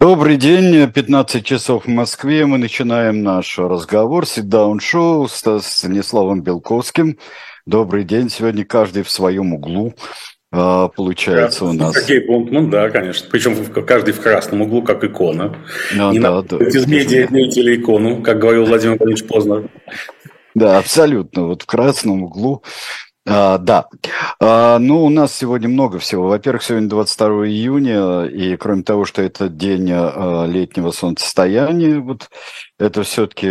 Добрый день, 15 часов в Москве. Мы начинаем наш разговор sit-down-шоу с Станиславом Белковским. Добрый день. Сегодня каждый в своем углу, получается у нас. Сергей Бунтман, да, конечно. Причем каждый в красном углу, как икона. Не да, надо из медиа или икону, как говорил Владимир Владимирович Познер. Да, абсолютно. Вот в красном углу. Да. Ну, у нас сегодня много всего. Во-первых, сегодня 22 июня, и кроме того, что это день летнего солнцестояния, вот это все-таки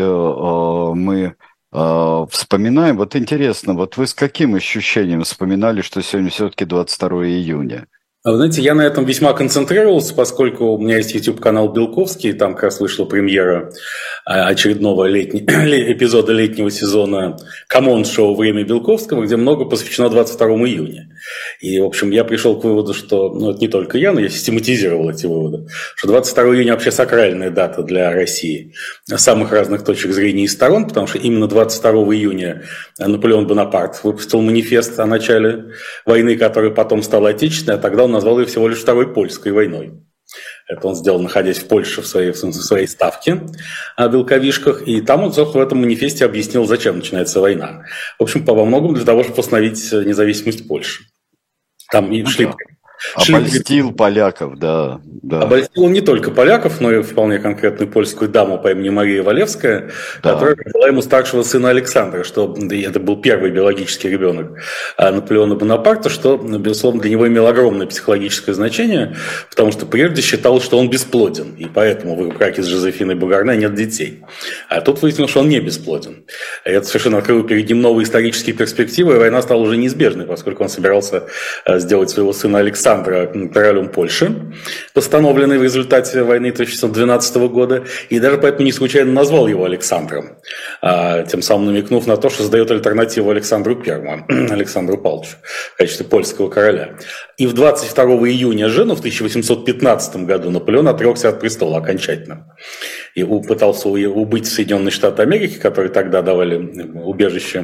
мы вспоминаем. Вот интересно, вот вы с каким ощущением вспоминали, что сегодня все-таки 22 июня? Вы знаете, я на этом весьма концентрировался, поскольку у меня есть YouTube-канал Белковский, там как раз вышла премьера очередного эпизода летнего сезона «Камон-шоу. Время Белковского», где много посвящено 22 июня. И, в общем, я пришел к выводу, что, это не только я, но я систематизировал эти выводы, что 22 июня вообще сакральная дата для России с самых разных точек зрения и сторон, потому что именно 22 июня Наполеон Бонапарт выпустил манифест о начале войны, которая потом стала Отечественной, а тогда он назвал ее всего лишь Второй польской войной. Это он сделал, находясь в Польше в своей ставке о Белковишках. И там он, собственно, в этом манифесте объяснил, зачем начинается война. В общем, во многом для того, чтобы восстановить независимость Польши. Там и шли... Обольстил поляков, да. Обольстил он не только поляков, но и вполне конкретную польскую даму по имени Мария Валевская, которая родила ему старшего сына Александра, что это был первый биологический ребенок Наполеона Бонапарта, что, безусловно, для него имело огромное психологическое значение, потому что прежде считал, что он бесплоден, и поэтому в браке с Жозефиной Бугарне нет детей. А тут выяснилось, что он не бесплоден. И это совершенно открыло перед ним новые исторические перспективы, и война стала уже неизбежной, поскольку он собирался сделать своего сына Александра королем Польши, постановленный в результате войны 1612 года, и даже поэтому не случайно назвал его Александром, тем самым намекнув на то, что создает альтернативу Александру I, Александру Павловичу, в качестве польского короля. И в 22 июня же, в 1815 году, Наполеон отрекся от престола окончательно. И пытался убыть в Соединенные Штаты Америки, которые тогда давали убежище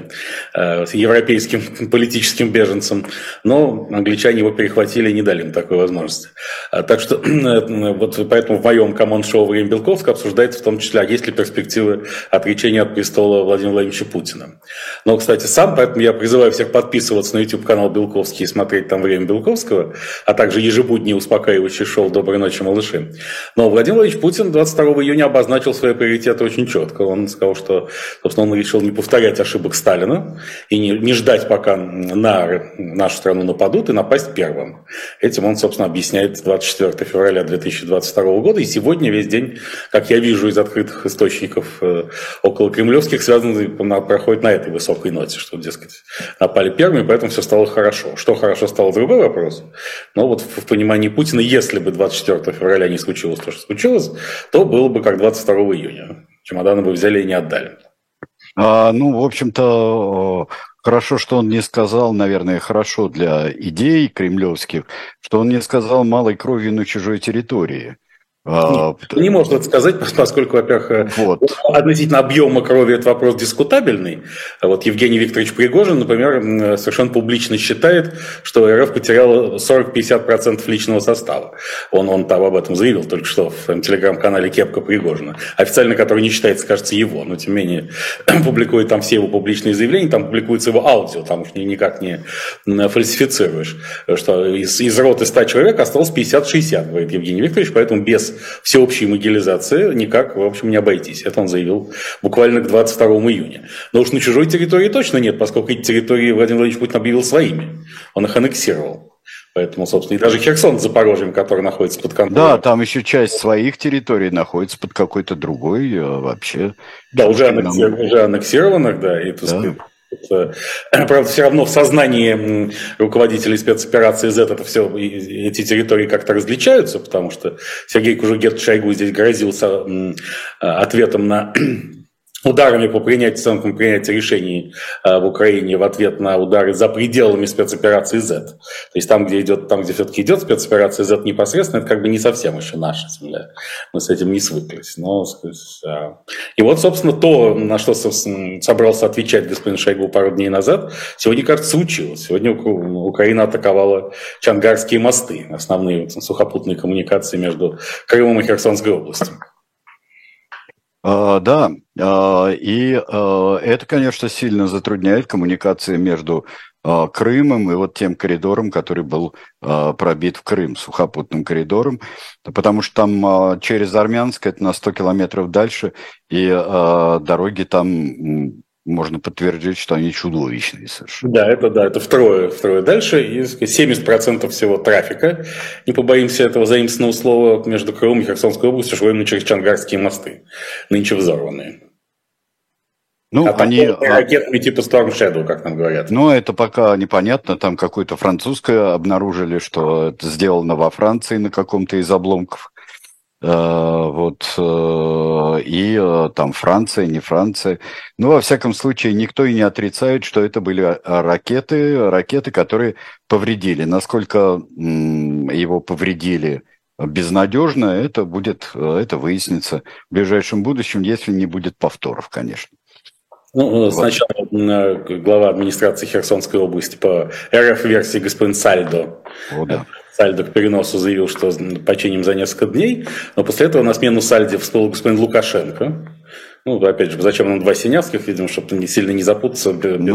европейским политическим беженцам, но англичане его перехватили и не дали им такой возможности. Так что вот поэтому в моем команд-шоу «Время Белковского» обсуждается в том числе, есть ли перспективы отречения от престола Владимира Владимировича Путина. Но, кстати, поэтому я призываю всех подписываться на YouTube-канал Белковский и смотреть там «Время Белковского», а также ежебуднее успокаивающее шоу «Доброй ночи, малыши». Но Владимир Владимирович Путин 22 июня обозначил свои приоритеты очень четко. Он сказал, что, собственно, он решил не повторять ошибок Сталина и не ждать, пока на нашу страну нападут, и напасть первым. Этим он, собственно, объясняет 24 февраля 2022 года. И сегодня весь день, как я вижу из открытых источников около кремлевских, проходит на этой высокой ноте, что, дескать, напали первыми, поэтому все стало хорошо. Что хорошо стало, другой вопрос. Но вот в понимании Путина, если бы 24 февраля не случилось то, что случилось, то было бы как 22 июня. Чемоданы бы взяли и не отдали. В общем-то, хорошо, что он не сказал, наверное, хорошо для идей кремлевских, что он не сказал малой кровью на чужой территории. Не может это сказать, поскольку, во-первых, относительно объема крови этот вопрос дискутабельный. Вот Евгений Викторович Пригожин, например, совершенно публично считает, что РФ потеряла 40-50% личного состава. Он там об этом заявил только что в своем телеграм-канале «Кепка Пригожина», официально который не считается, кажется, его, но тем не менее публикует там все его публичные заявления, там публикуется его аудио, там уж никак не фальсифицируешь, что из роты 100 человек осталось 50-60, говорит Евгений Викторович, поэтому без всеобщей могилизации никак, в общем, не обойтись. Это он заявил буквально к 22 июня. Но уж на чужой территории точно нет, поскольку эти территории Владимир Владимирович Путин объявил своими. Он их аннексировал. Поэтому, собственно, и даже Херсон с Запорожьем, который находится под контролем. Да, там еще часть своих территорий находится под какой-то другой вообще. Да, уже аннексированных, да, и, так сказать, правда, все равно в сознании руководителей спецоперации Z эти территории как-то различаются, потому что Сергей Кужугетович Шойгу здесь грозился ответом на ударами по центрам принятия решений в Украине в ответ на удары за пределами спецоперации Z. То есть там, где все-таки идет спецоперация Z непосредственно, это как бы не совсем еще наша земля. Мы с этим не свыклись. И вот, собственно, то, на что собрался отвечать господин Шойгу пару дней назад, сегодня, кажется, случилось. Сегодня Украина атаковала Чангарские мосты, основные сухопутные коммуникации между Крымом и Херсонской областью. Да, и это, конечно, сильно затрудняет коммуникации между Крымом и вот тем коридором, который был пробит в Крым, сухопутным коридором, потому что там через Армянск, это на 100 километров дальше, и дороги там... Можно подтвердить, что они чудовищные совершенно. Да, это втрое дальше. И 70% всего трафика, не побоимся этого заимственного слова, между Крымом и Херсонской областью шло именно через Чангарские мосты, нынче взорванные. Они ракетами типа Storm Shadow, как нам говорят. Это пока непонятно. Там какое-то французское обнаружили, что это сделано во Франции на каком-то из обломков. И там Франция, не Франция. Во всяком случае, никто и не отрицает, что это были ракеты, которые повредили. Насколько его повредили безнадежно, это выяснится в ближайшем будущем, если не будет повторов, конечно. Сначала глава администрации Херсонской области по РФ-версии господин Сальдо. Сальдо к переносу заявил, что починим за несколько дней, но после этого на смену Сальде всплыл господин Лукашенко. Опять же, зачем нам два Синявских, видимо, чтобы сильно не запутаться.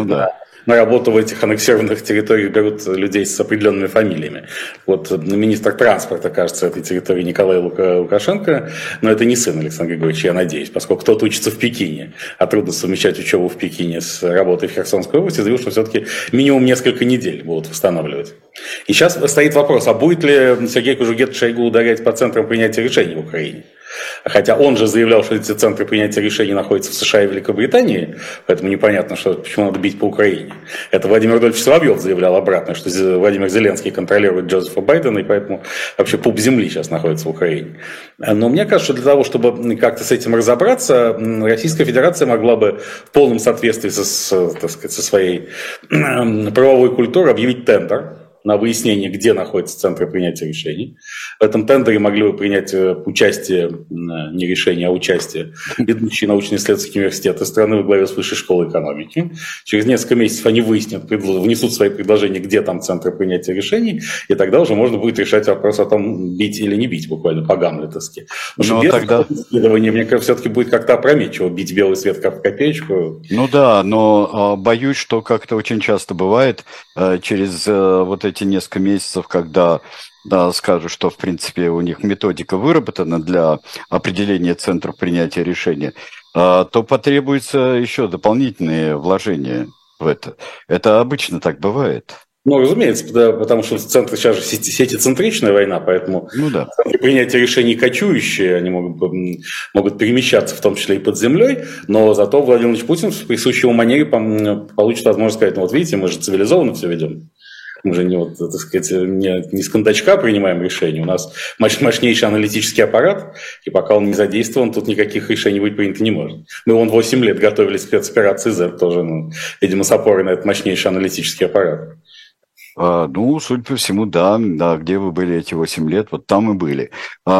На работу в этих аннексированных территориях берут людей с определенными фамилиями. Министр транспорта, кажется, этой территории Николай Лукашенко, но это не сын Александра Григорьевича, я надеюсь, поскольку тот учится в Пекине, а трудно совмещать учебу в Пекине с работой в Херсонской области, заявил, что все-таки минимум несколько недель будут восстанавливать. И сейчас стоит вопрос, а будет ли Сергей Кужугет Шойгу ударять по центрам принятия решений в Украине? Хотя он же заявлял, что эти центры принятия решений находятся в США и Великобритании, поэтому непонятно, почему надо бить по Украине. Это Владимир Рудольфович Соловьев заявлял обратно, что Владимир Зеленский контролирует Джозефа Байдена, и поэтому вообще пуп земли сейчас находится в Украине. Но мне кажется, что для того, чтобы как-то с этим разобраться, Российская Федерация могла бы в полном соответствии со своей правовой культурой объявить тендер на выяснение, где находятся центры принятия решений. В этом тендере могли бы принять участие, не решение, а участие ведущие научно-исследовательские университеты страны во главе с Высшей школой экономики. Через несколько месяцев они внесут свои предложения, где там центры принятия решений, и тогда уже можно будет решать вопрос о том, бить или не бить, буквально по-гамлетовски. Потому что без исследования, мне кажется, все-таки будет как-то опрометчиво бить белый свет как в копеечку. Но боюсь, что как это очень часто бывает, через эти несколько месяцев, когда скажут, что, в принципе, у них методика выработана для определения центров принятия решения, то потребуется еще дополнительные вложения в это. Это обычно так бывает. Разумеется, да, потому что центры сейчас же сетицентричная война, поэтому центры принятия решений кочующие, они могут перемещаться, в том числе и под землей, но зато Владимир Владимирович Путин в присущей ему манере получит возможность сказать, видите, мы же цивилизованно все ведем. Мы же не с кондачка принимаем решения. У нас мощнейший аналитический аппарат, и пока он не задействован, тут никаких решений быть принято не может. Мы 8 лет готовили спецоперации Z, тоже, видимо, с опорой на этот мощнейший аналитический аппарат. Судя по всему, да, где вы были эти 8 лет, там и были.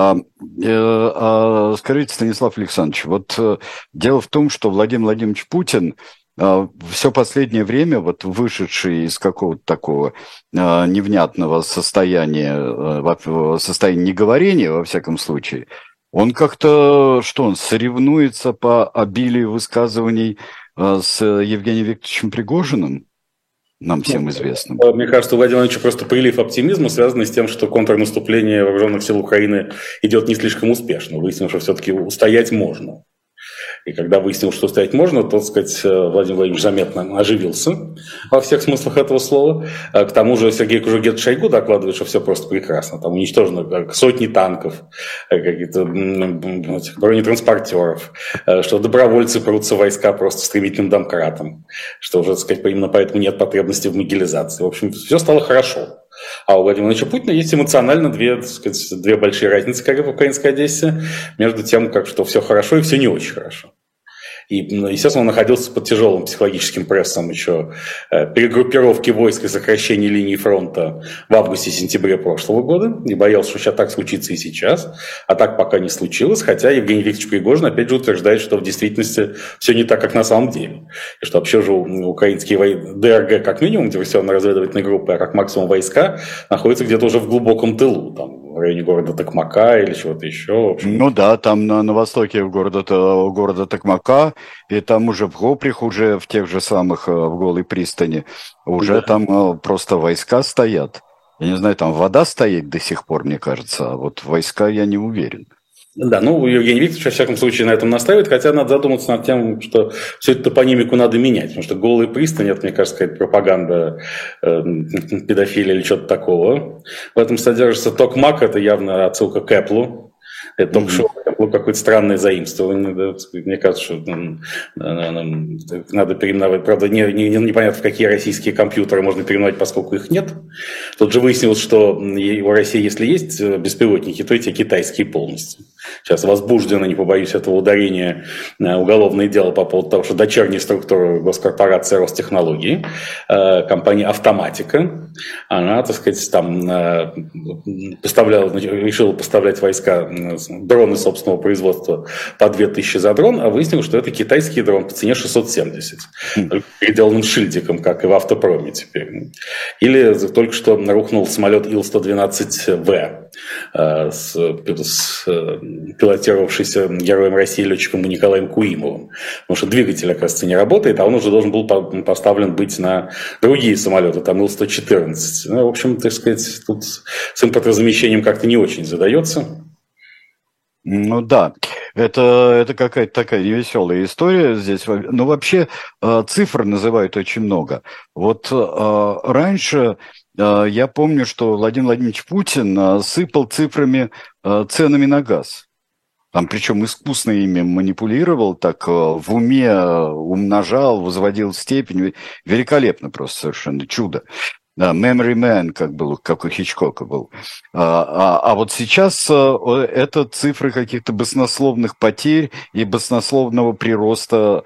Скажите, Станислав Александрович, дело в том, что Владимир Владимирович Путин все последнее время, вышедший из какого-то такого невнятного состояния неговорения, во всяком случае, он как-то, он соревнуется по обилию высказываний с Евгением Викторовичем Пригожиным, нам всем известным. Мне кажется, у Владимира Владимировича просто прилив оптимизма, связанный с тем, что контрнаступление вооруженных сил Украины идет не слишком успешно. Выяснилось, что все-таки устоять можно. И когда выяснилось, что стоять можно, то, Владимир Владимирович заметно оживился во всех смыслах этого слова. К тому же Сергей Кужугет Шойгу докладывает, что все просто прекрасно. Там уничтожено сотни танков, какие-то бронетранспортеров, что добровольцы прутся в войска просто стремительным домкратом, что уже, именно поэтому нет потребности в мобилизации. В общем, все стало хорошо. А у Владимира Владимировича Путина есть эмоционально две большие разницы, как в украинской Одессе, между тем, что все хорошо и все не очень хорошо. И, естественно, он находился под тяжелым психологическим прессом еще перегруппировки войск и сокращения линии фронта в августе-сентябре прошлого года. И боялся, что сейчас так случится и сейчас. А так пока не случилось. Хотя Евгений Викторович Пригожин опять же утверждает, что в действительности все не так, как на самом деле. И что вообще же украинские ДРГ, как минимум, диверсионно-разведывательные группы, а как максимум войска, находятся где-то уже в глубоком тылу. Там, в районе города Токмака или чего-то еще. Ну да, там на востоке города Токмака, и там уже в Гоприх, уже в тех же самых, в Голой пристани, уже там просто войска стоят. Я не знаю, там вода стоит до сих пор, мне кажется, а вот войска я не уверен. Да, ну, Евгений Викторович, во всяком случае, на этом настаивает, хотя надо задуматься над тем, что всю эту топонимику надо менять, потому что голые пристани, это, мне кажется, какая-то пропаганда педофилии или что-то такого. В этом содержится Токмак, это явно отсылка к Apple. Это ток-шоу, какое-то странное заимствование. Да? Мне кажется, что надо переименовать. Правда, непонятно, в какие российские компьютеры можно переименовать, поскольку их нет. Тут же выяснилось, что в России, если есть беспилотники, то эти китайские полностью. Сейчас возбуждено, не побоюсь этого ударения, уголовное дело по поводу того, что дочерняя структура госкорпорации Ростехнологии, компания «Автоматика», она, так сказать, там решила поставлять войска, дроны собственного производства по 2000 за дрон, а выяснилось, что это китайский дрон по цене 670, переделанным шильдиком, как и в автопроме теперь. Или только что рухнул самолет Ил-112В, пилотировавшийся героем России летчиком Николаем Куимовым. Потому что двигатель, оказывается, не работает, а он уже должен был поставлен быть на другие самолеты, там Ил-114. Ну, в общем, так сказать, тут с импортозамещением как-то не очень задается. Ну да, это какая-то такая невеселая история здесь. Но вообще цифр называют очень много. Вот раньше я помню, что Владимир Владимирович Путин сыпал цифрами, ценами на газ. Там, причем искусно ими манипулировал, так в уме умножал, возводил в степень. Великолепно просто, совершенно чудо. Да, Memory Man, как у Хичкока был. А вот сейчас это цифры каких-то баснословных потерь и баснословного прироста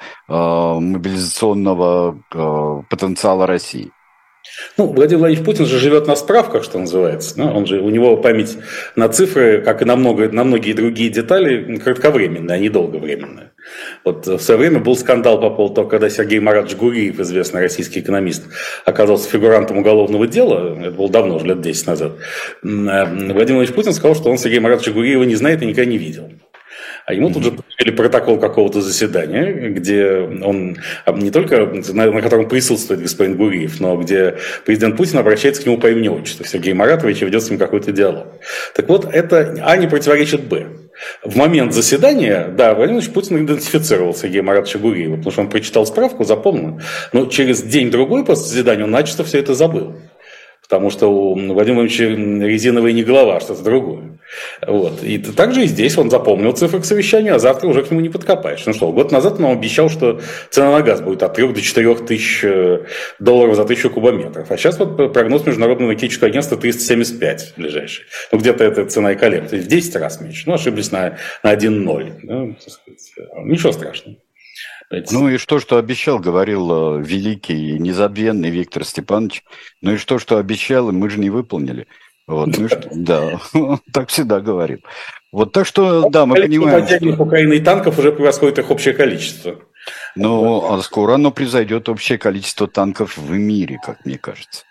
мобилизационного потенциала России. Ну, Владимир Владимирович Путин же живет на справках, что называется. Да? У него память на цифры, как и на многие другие детали, кратковременная, а не долговременная. Вот в свое время был скандал по поводу того, когда Сергей Маратович Гуриев, известный российский экономист, оказался фигурантом уголовного дела, это было давно, уже лет 10 назад. Владимир Владимирович Путин сказал, что он Сергея Маратовича Гуриева не знает и никогда не видел. А ему тут же получили протокол какого-то заседания, где он не только, на котором присутствует господин Гуриев, но где президент Путин обращается к нему по имени-отчеству, Сергей Маратович, и ведет с ним какой-то диалог. Так вот, это А не противоречит Б. В момент заседания, да, Владимир Владимирович Путин идентифицировал Сергея Маратовича Гуриева, потому что он прочитал справку, запомнил, но через день-другой после заседания он начисто все это забыл. Потому что у Владимира Владимировича резиновая не голова, а что-то другое. Вот. И также и здесь он запомнил цифры к совещанию, а завтра уже к нему не подкопаешь. Ну что, год назад он обещал, что цена на газ будет от 3 до 4 тысяч долларов за 1000 кубометров. А сейчас вот прогноз Международного энергетического агентства 375 ближайший. Ну, где-то эта цена и колеблется. То есть в 10 раз меньше. Ну, ошиблись на 1,0. Ну, ничего страшного. Ну и что обещал, говорил великий и незабвенный Виктор Степанович. Ну и что обещал, мы же не выполнили. Вот, ну что, да, так всегда говорил. Вот так что, да, мы понимаем. Потерянных Украины и танков уже превосходит их общее количество. Ну, а скоро оно превзойдет общее количество танков в мире, как мне кажется.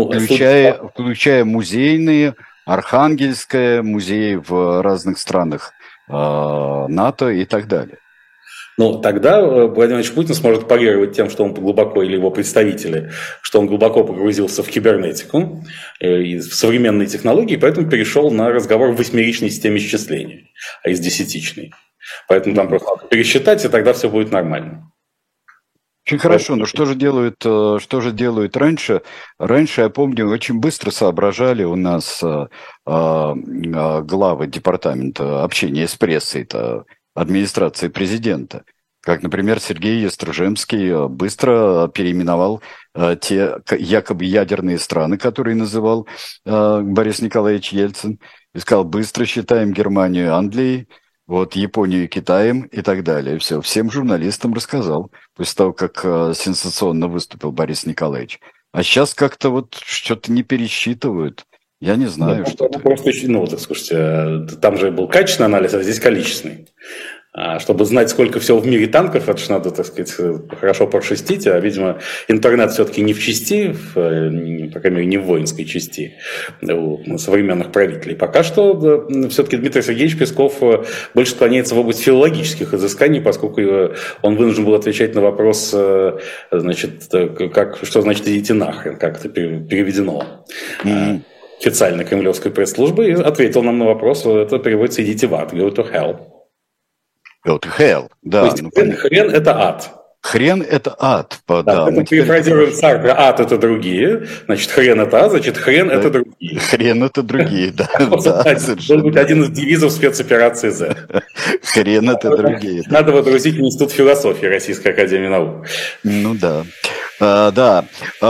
Включая музейные, Архангельское, музеи в разных странах НАТО и так далее. Но тогда Владимир Владимирович Путин сможет парировать тем, что он глубоко, или его представители, что он глубоко погрузился в кибернетику и в современные технологии, поэтому перешел на разговор в 8-ричной системе счисления, а из 10-ичной. Поэтому там просто надо пересчитать, и тогда все будет нормально. Очень хорошо, но что же делают раньше? Раньше, я помню, очень быстро соображали у нас главы департамента общения с прессой, администрации президента. Как, например, Сергей Естружемский быстро переименовал те якобы ядерные страны, которые называл Борис Николаевич Ельцин, и сказал, быстро считаем Германию Англией, вот Японию и Китаем и так далее. Все, всем журналистам рассказал, после того, как сенсационно выступил Борис Николаевич. А сейчас как-то вот что-то не пересчитывают. Я не знаю, что это. Просто, так слушайте, там же был качественный анализ, а здесь количественный. Чтобы знать, сколько всего в мире танков, это же надо, так сказать, хорошо прошерстить, а, видимо, интернет все-таки не в части, по крайней мере, не в воинской части у современных правителей. Пока что все-таки Дмитрий Сергеевич Песков больше склоняется в область филологических изысканий, поскольку он вынужден был отвечать на вопрос, значит, что значит «идите нахрен», как это переведено. Официально кремлевской пресс-службы, и ответил нам на вопрос, это переводится «идите в ад», «go to hell». Go to hell, да. То есть хрен – это ад. Хрен – это ад. Да, мы перефразируем Сартра, ад – это другие, значит, хрен – это ад, значит, хрен – это другие. Хрен – это другие, да. Должен быть один из девизов спецоперации Z. Хрен – это другие. Надо водрузить в Институт философии Российской академии наук. Ну да. Да,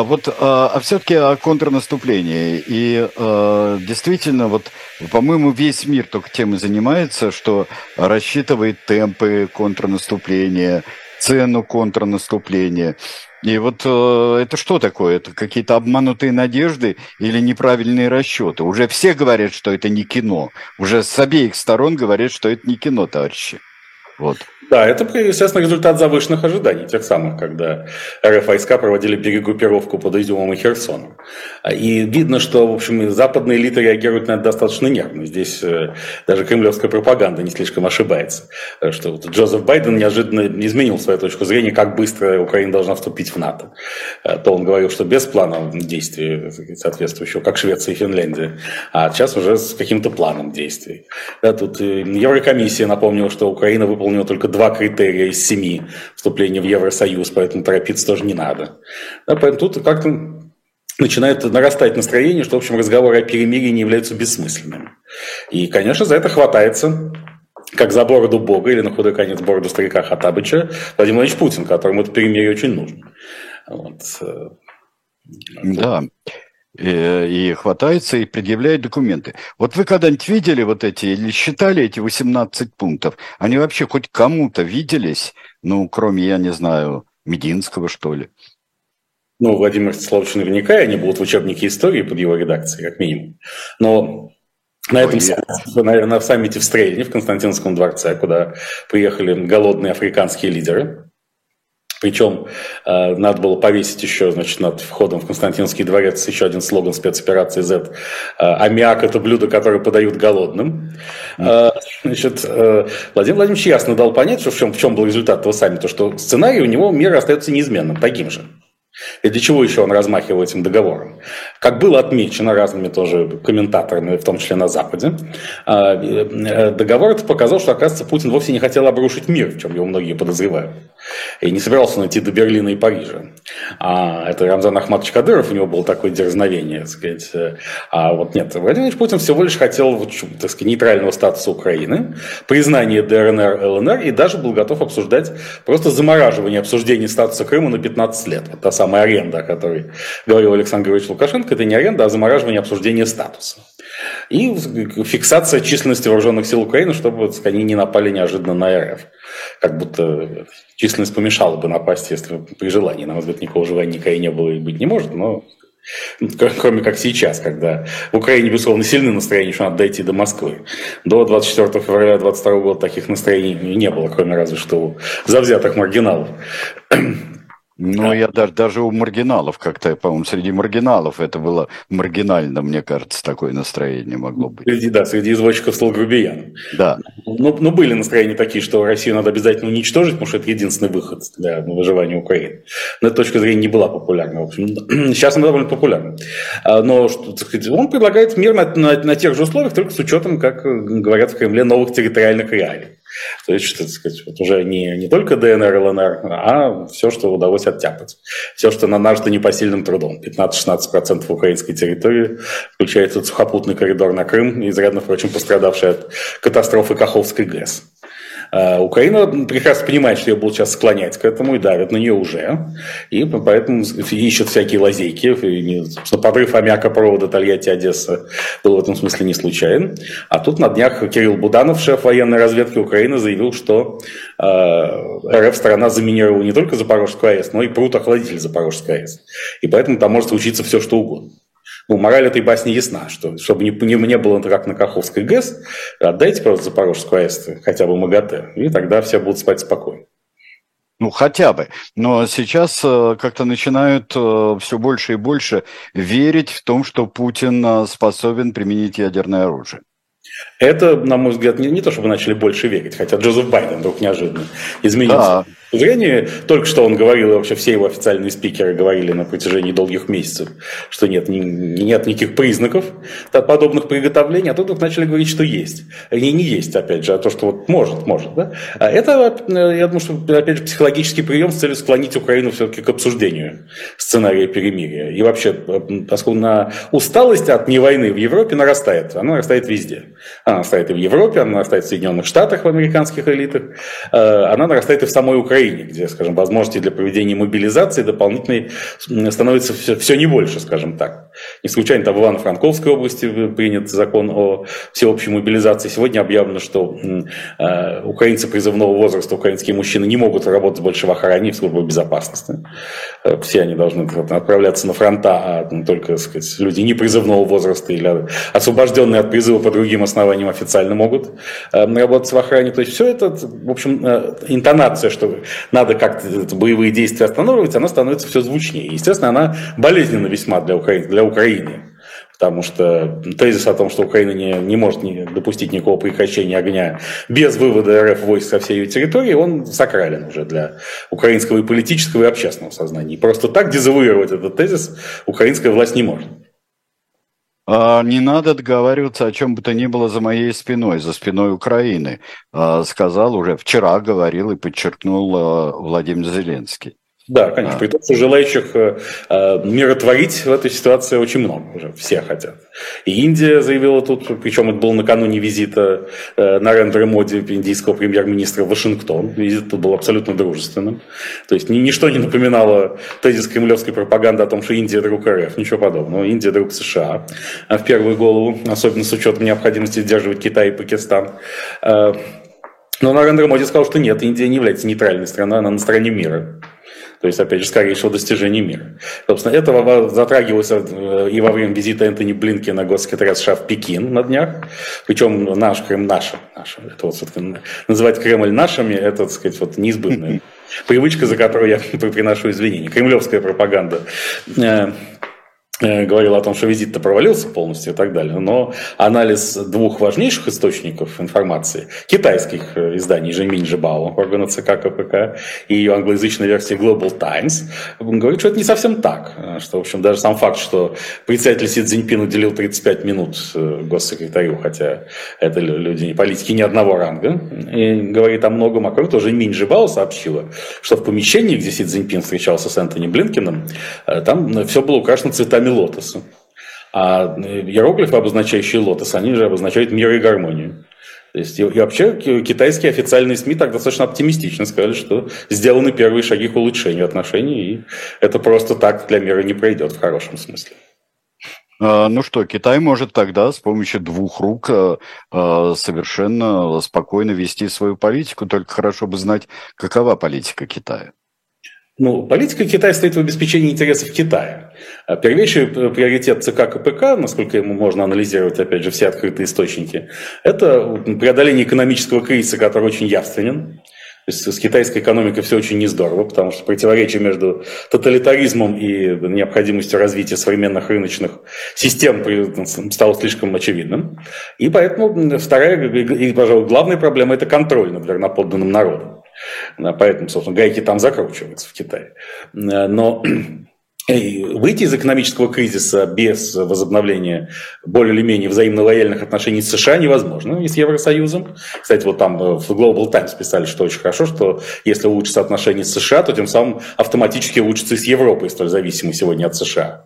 а все-таки о контрнаступлении. И действительно, вот, по-моему, весь мир только тем и занимается, что рассчитывает темпы контрнаступления, цену контрнаступления. И вот это что такое? Это какие-то обманутые надежды или неправильные расчеты? Уже все говорят, что это не кино. Уже с обеих сторон говорят, что это не кино, товарищи. Вот. Да, это, естественно, результат завышенных ожиданий, тех самых, когда РФ-войска проводили перегруппировку под Изюмом и Херсоном. И видно, что, в общем, западные элиты реагируют на это достаточно нервно. Здесь даже кремлевская пропаганда не слишком ошибается. Что вот Джозеф Байден неожиданно изменил свою точку зрения, как быстро Украина должна вступить в НАТО. То он говорил, что без плана действий соответствующего, как Швеция и Финляндия, а сейчас уже с каким-то планом действий. Да, тут Еврокомиссия напомнила, что Украина выполнила только 2 критерия из 7 вступления в Евросоюз, поэтому торопиться тоже не надо. Да, поэтому тут как-то начинает нарастать настроение, что, в общем, разговоры о перемирии не являются бессмысленными. И, конечно, за это хватается, как за бороду Бога, или на худой конец бороду старика Хаттабыча, Владимир Владимирович Путин, которому это перемирие очень нужно. Вот. Да. И хватается, и предъявляет документы. Вот вы когда-нибудь видели вот эти, или считали эти 18 пунктов? Они вообще хоть кому-то виделись? Ну, кроме, я не знаю, Мединского, что ли? Ну, Владимир Вячеславович наверняка, они будут в учебнике истории под его редакцией, как минимум. Но на этом на саммите в Стрельне, в Константинском дворце, куда приехали голодные африканские лидеры, причем надо было повесить еще, значит, над входом в Константинский дворец еще один слоган спецоперации Z. «Аммиак – это блюдо, которое подают голодным». Значит, Владимир Владимирович ясно дал понять, что в чем был результат этого саммита, что сценарий у него мира остается неизменным, таким же. И для чего еще он размахивал этим договором? Как было отмечено разными тоже комментаторами, в том числе на Западе, договор это показал, что, оказывается, Путин вовсе не хотел обрушить мир, в чем его многие подозревают. И не собирался найти до Берлина и Парижа. Это Рамзан Ахматович Кадыров, у него было такое дерзновение, так сказать. А вот нет, Владимир Путин всего лишь хотел, так сказать, нейтрального статуса Украины, признание ДНР, ЛНР, и даже был готов обсуждать просто замораживание обсуждения статуса Крыма на 15 лет. Вот та самая аренда, о которой говорил Александр Григорьевич Лукашенко, это не аренда, а замораживание обсуждения статуса. И фиксация численности вооруженных сил Украины, чтобы они не напали неожиданно на РФ. Как будто численность помешала бы напасть, если при желании. На мой взгляд, никакого желания никогда и не было и быть не может, но кроме как сейчас, когда в Украине, безусловно, сильны настроения, что надо дойти до Москвы. До 24 февраля 2022 года таких настроений не было, кроме разве что у завзятых маргиналов. Ну, я даже у маргиналов как-то, по-моему, среди маргиналов это было маргинально, мне кажется, такое настроение могло быть. Среди извозчиков стал грубиян. Да. Но были настроения такие, что Россию надо обязательно уничтожить, потому что это единственный выход для выживания Украины. Но эта точка зрения не была популярна. В общем, сейчас она довольно популярна. Но, так сказать, он предлагает мир на тех же условиях, только с учетом, как говорят в Кремле, новых территориальных реалий. То есть, так сказать, вот уже не только ДНР, ЛНР, а все, что удалось оттяпать. Все, что нажито непосильным трудом. 15-16% украинской территории, включая этот сухопутный коридор на Крым, изрядно, впрочем, пострадавший от катастрофы Каховской ГЭС. Украина прекрасно понимает, что ее будут сейчас склонять к этому и давят на нее уже. И поэтому ищут всякие лазейки. И, собственно, подрыв аммиакопровода Тольятти-Одесса был в этом смысле не случайен. А тут на днях Кирилл Буданов, шеф военной разведки Украины, заявил, что РФ-страна заминировала не только Запорожскую АЭС, но и пруд-охладитель Запорожской АЭС. И поэтому там может случиться все, что угодно. Мораль этой басни ясна, что чтобы не было как на Каховской ГЭС, отдайте просто Запорожскую АЭС, хотя бы МАГАТЭ, и тогда все будут спать спокойно. Хотя бы. Но сейчас как-то начинают все больше и больше верить в том, что Путин способен применить ядерное оружие. Это, на мой взгляд, не то, чтобы начали больше верить, хотя Джозеф Байден вдруг неожиданно изменился. В зрении, только что он говорил, и вообще все его официальные спикеры говорили на протяжении долгих месяцев, что нет никаких признаков подобных приготовлений, а тут вдруг начали говорить, что есть. И не есть, опять же, а то, что вот может. Да? Это, я думаю, что, опять же, психологический прием с целью склонить Украину все-таки к обсуждению сценария перемирия. И вообще, поскольку усталость от невойны в Европе нарастает, она нарастает везде. Она нарастает и в Европе, она нарастает в Соединенных Штатах, в американских элитах, она нарастает и в самой Украине, где, скажем, возможности для проведения мобилизации дополнительной становится все не больше, скажем так. Не случайно там в Ивано-Франковской области принят закон о всеобщей мобилизации. Сегодня объявлено, что украинцы призывного возраста, украинские мужчины не могут работать больше в охране и в службе безопасности. Все они должны отправляться на фронта, а только, так сказать, люди непризывного возраста или освобожденные от призыва по другим основаниям официально могут работать в охране. То есть все это, в общем, интонация, что надо как-то боевые действия останавливать, она становится все звучнее. Естественно, она болезненна весьма для Украины. Потому что тезис о том, что Украина не может допустить никакого прекращения огня без вывода РФ войск со всей ее территории, он сакрален уже для украинского и политического, и общественного сознания. И просто так дезавуировать этот тезис украинская власть не может. Не надо договариваться о чем бы то ни было за моей спиной, за спиной Украины, сказал уже вчера, говорил и подчеркнул Владимир Зеленский. Да, конечно. При том, что желающих миротворить в этой ситуации очень много уже. Все хотят. И Индия заявила тут, причем это было накануне визита Нарендра Моди, индийского премьер-министра, в Вашингтон. Визит тут был абсолютно дружественным. То есть ничто не напоминало тезис кремлевской пропаганды о том, что Индия друг РФ. Ничего подобного. Индия друг США в первую голову, особенно с учетом необходимости сдерживать Китай и Пакистан. Но Нарендра Моди сказал, что нет, Индия не является нейтральной страной, она на стороне мира. То есть, опять же, скорейшего достижения мира. Собственно, это затрагивалось и во время визита Энтони Блинкена, госсекретаря США, в Пекин на днях. Причем наш Крым нашим. Это вот, называть Кремль нашими, это, так сказать, вот неизбывная привычка, за которую я приношу извинения. Кремлевская пропаганда говорил о том, что визит-то провалился полностью и так далее, но анализ двух важнейших источников информации, китайских изданий Жэньминь Жибао, органа ЦК КПК, и ее англоязычной версии Global Times, говорит, что это не совсем так, что, в общем, даже сам факт, что председатель Си Цзиньпин уделил 35 минут госсекретарю, хотя это люди, политики ни одного ранга, и говорит о многом, а кроме того, Жэньминь Жибао сообщила, что в помещении, где Си Цзиньпин встречался с Энтони Блинкеном, там все было украшено цветами лотоса. А иероглифы, обозначающие лотос, они же обозначают мир и гармонию. То есть, и вообще китайские официальные СМИ так достаточно оптимистично сказали, что сделаны первые шаги к улучшению отношений, и это просто так для мира не пройдет в хорошем смысле. Ну что, Китай может тогда с помощью двух рук совершенно спокойно вести свою политику, только хорошо бы знать, какова политика Китая. Политика Китая стоит в обеспечении интересов Китая. Первейший приоритет ЦК КПК, насколько ему можно анализировать, опять же, все открытые источники, это преодоление экономического кризиса, который очень явственен. То есть с китайской экономикой все очень нездорово, потому что противоречие между тоталитаризмом и необходимостью развития современных рыночных систем стало слишком очевидным. И поэтому вторая и, пожалуй, главная проблема – это контроль над верноподданным народом. Поэтому, собственно, гайки там закручиваются в Китае. Но выйти из экономического кризиса без возобновления более или менее взаимно лояльных отношений с США невозможно, и с Евросоюзом. Кстати, вот там в Global Times писали, что очень хорошо, что если улучшатся отношения с США, то тем самым автоматически улучшатся и с Европой, столь зависимой сегодня от США.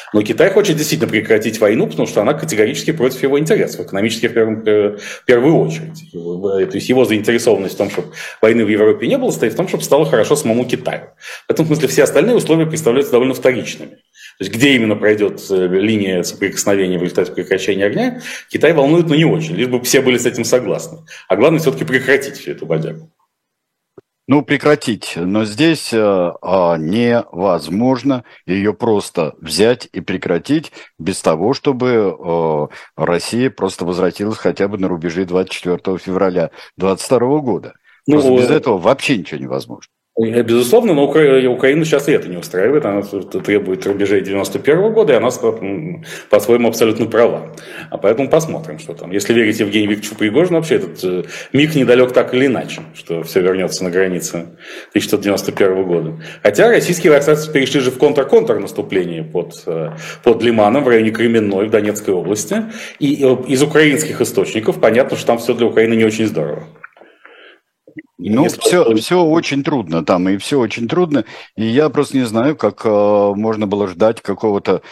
Но Китай хочет действительно прекратить войну, потому что она категорически против его интересов, экономически в первую очередь. То есть его заинтересованность в том, чтобы войны в Европе не было, стоит в том, чтобы стало хорошо самому Китаю. В этом смысле все остальные условия представляются довольно вторичными. То есть где именно пройдет линия соприкосновения в результате прекращения огня, Китай волнует, но не очень, лишь бы все были с этим согласны. А главное все-таки прекратить всю эту бодягу. Ну, прекратить. Но здесь невозможно ее просто взять и прекратить без того, чтобы Россия просто возвратилась хотя бы на рубежи 24 февраля 2022 года. Просто без этого вообще ничего невозможно. Безусловно, но Украину сейчас и это не устраивает. Она требует рубежей 91 года, и она по-своему абсолютно права. А поэтому посмотрим, что там. Если верить Евгению Викторовичу Пригожину, вообще этот миг недалек так или иначе, что все вернется на границы 1991 года. Хотя российские войска перешли же в контрнаступление под Лиманом в районе Кременной в Донецкой области. И из украинских источников понятно, что там все для Украины не очень здорово. Ну, все очень трудно там, и все очень трудно. И я просто не знаю, как можно было ждать какого-то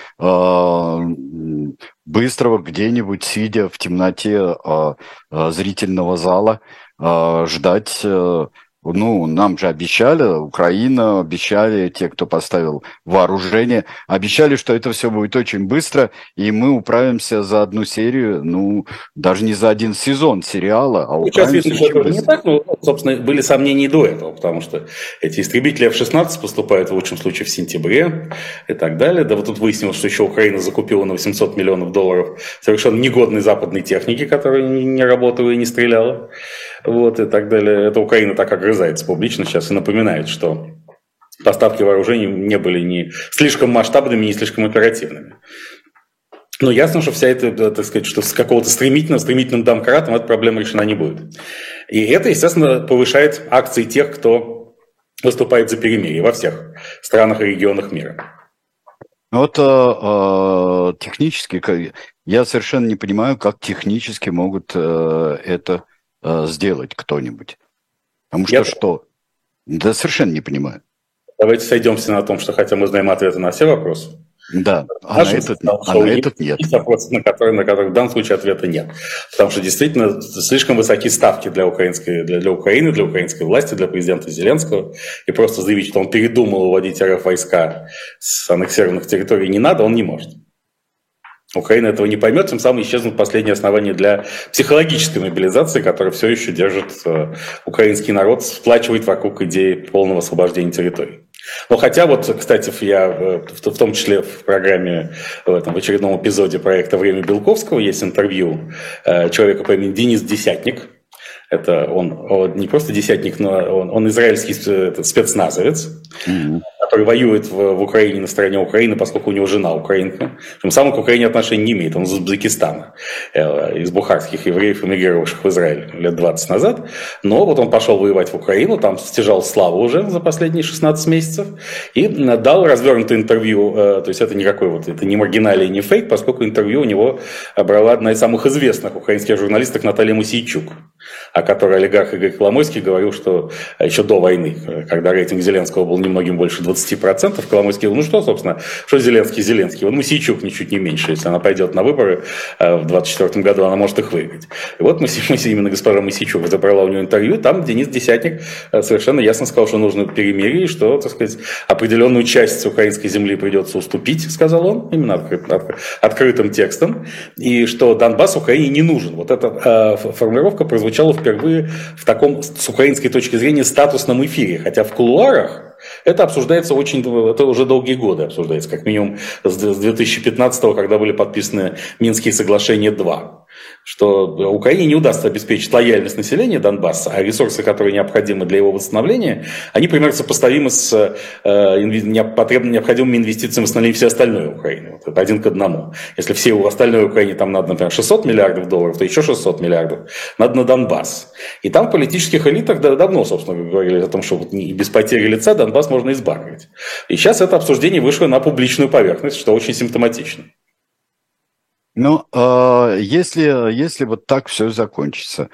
быстрого где-нибудь, сидя в темноте зрительного зала, ждать... Ну, нам же обещали, Украина, обещали те, кто поставил вооружение, обещали, что это все будет очень быстро, и мы управимся за одну серию, ну, даже не за один сезон сериала, а сейчас видно, что это не так, но, собственно, были сомнения и до этого, потому что эти истребители F-16 поступают в лучшем случае в сентябре и так далее. Да вот тут выяснилось, что еще Украина закупила на $800 миллионов совершенно негодной западной техники, которая не работала и не стреляла. Вот, и так далее. Это Украина так огрызается публично сейчас и напоминает, что поставки вооружений не были ни слишком масштабными, ни слишком оперативными. Но ясно, что вся эта, так сказать, что с какого-то стремительным домкратом эта проблема решена не будет. И это, естественно, повышает акции тех, кто выступает за перемирие во всех странах и регионах мира. Вот технически, я совершенно не понимаю, как технически могут это сделать кто-нибудь. Потому что Да, совершенно не понимаю. Давайте сойдемся на том, что хотя мы знаем ответы на все вопросы. Да, а на этот нет. Есть вопросы, на которых в данном случае ответа нет. Потому что действительно слишком высокие ставки для Украины, для украинской власти, для президента Зеленского. И просто заявить, что он передумал уводить РФ-войска с аннексированных территорий не надо, он не может. Украина этого не поймет, тем самым исчезнут последние основания для психологической мобилизации, которая все еще держит украинский народ, сплачивает вокруг идеи полного освобождения территорий. Но хотя вот, кстати, я в том числе в программе, в очередном эпизоде проекта «Время Белковского» есть интервью человека по имени Денис Десятник. Это он не просто десятник, но он израильский спецназовец, который воюет в Украине на стороне Украины, поскольку у него жена украинка. Причем сам к Украине отношения не имеет, он из Узбекистана, из бухарских евреев, эмигрировавших в Израиль лет 20 назад. Но вот он пошел воевать в Украину, там стяжал славу уже за последние 16 месяцев и дал развернутое интервью. То есть это никакой это не маргиналия, не фейк, поскольку интервью у него брала одна из самых известных украинских журналисток Наталья Мосейчук, о которой олигарх Игорь Коломойский говорил, что еще до войны, когда рейтинг Зеленского был немногим больше 20%, Коломойский говорил, собственно, что Зеленский? Вот Мосейчук ничуть не меньше, если она пойдет на выборы в 2024 году, она может их выиграть. И вот именно госпожа Мосейчук забрала у него интервью, там Денис Десятник совершенно ясно сказал, что нужно перемирие, и что, так сказать, определенную часть украинской земли придется уступить, сказал он, именно открытым текстом, и что Донбасс Украине не нужен. Вот эта формулировка прозвучала впервые в таком, с украинской точки зрения, статусном эфире, хотя в кулуарах это обсуждается это уже долгие годы обсуждается, как минимум с 2015-го, когда были подписаны Минские соглашения 2, что Украине не удастся обеспечить лояльность населения Донбасса, а ресурсы, которые необходимы для его восстановления, они примерно сопоставимы с необходимыми инвестициями в восстановление всей остальной Украины. Вот это 1 к 1. Если всей остальной Украине там надо, например, $600 миллиардов, то еще 600 миллиардов надо на Донбасс. И там в политических элитах давно, собственно, говорили о том, что без потери лица Донбасс можно избавить. И сейчас это обсуждение вышло на публичную поверхность, что очень симптоматично. Ну, если вот так все закончится,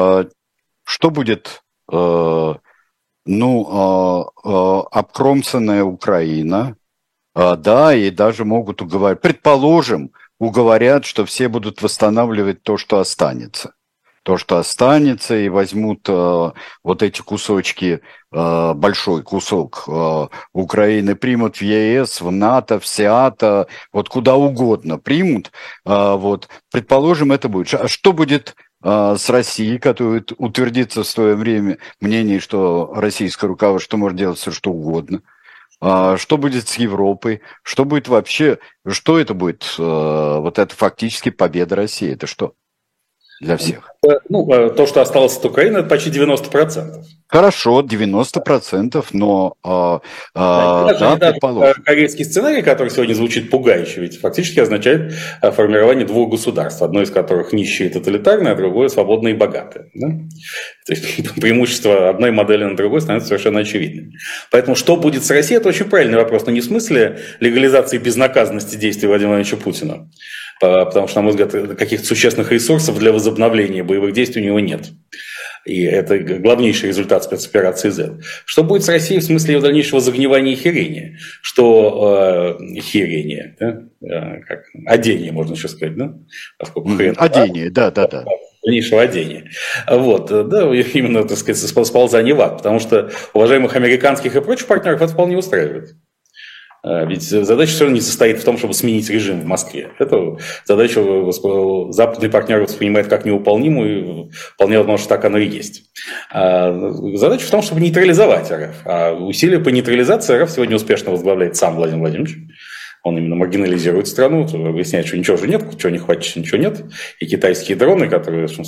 что будет, обкромсанная Украина, Да, и даже могут уговорить, предположим, уговорят, что все будут восстанавливать то, что останется. То, что останется, и возьмут вот эти кусочки, большой кусок Украины, примут в ЕС, в НАТО, в СЕАТО, вот куда угодно примут. Вот. Предположим, это будет. А что будет с Россией, которая утвердится в свое время мнение, что российское руководство может делать все, что угодно? Что будет с Европой? Что будет вообще? Что это будет? Вот это фактически победа России. Это что для всех? То, что осталось от Украины, это почти 90%. Хорошо, 90%, но предположим. Корейский сценарий, который сегодня звучит пугающе, ведь фактически означает формирование двух государств, одно из которых нищее и тоталитарное, а другое свободное и богатое. Да? То есть преимущество одной модели на другой становится совершенно очевидным. Поэтому что будет с Россией, это очень правильный вопрос, но не в смысле легализации безнаказанности действий Владимира Владимировича Путина, потому что, на мой взгляд, каких-то существенных ресурсов для возобновления боевых действий у него нет. И это главнейший результат спецоперации Z. Что будет с Россией в смысле ее дальнейшего загнивания и херения? Что херения, да? Как, одение, можно еще сказать, да? Одение, да. Дальнейшего одения. Вот, да, именно, так сказать, сползание в ад. Потому что уважаемых американских и прочих партнеров это вполне устраивает. Ведь задача все равно не состоит в том, чтобы сменить режим в Москве. Эту задачу западные партнеры воспринимают как невыполнимую, и вполне возможно, что так оно и есть. Задача в том, чтобы нейтрализовать РФ. А усилия по нейтрализации РФ сегодня успешно возглавляет сам Владимир Владимирович. Он именно маргинализирует страну, выясняет, что ничего же нет, чего не хватит, ничего нет. И китайские дроны, которые за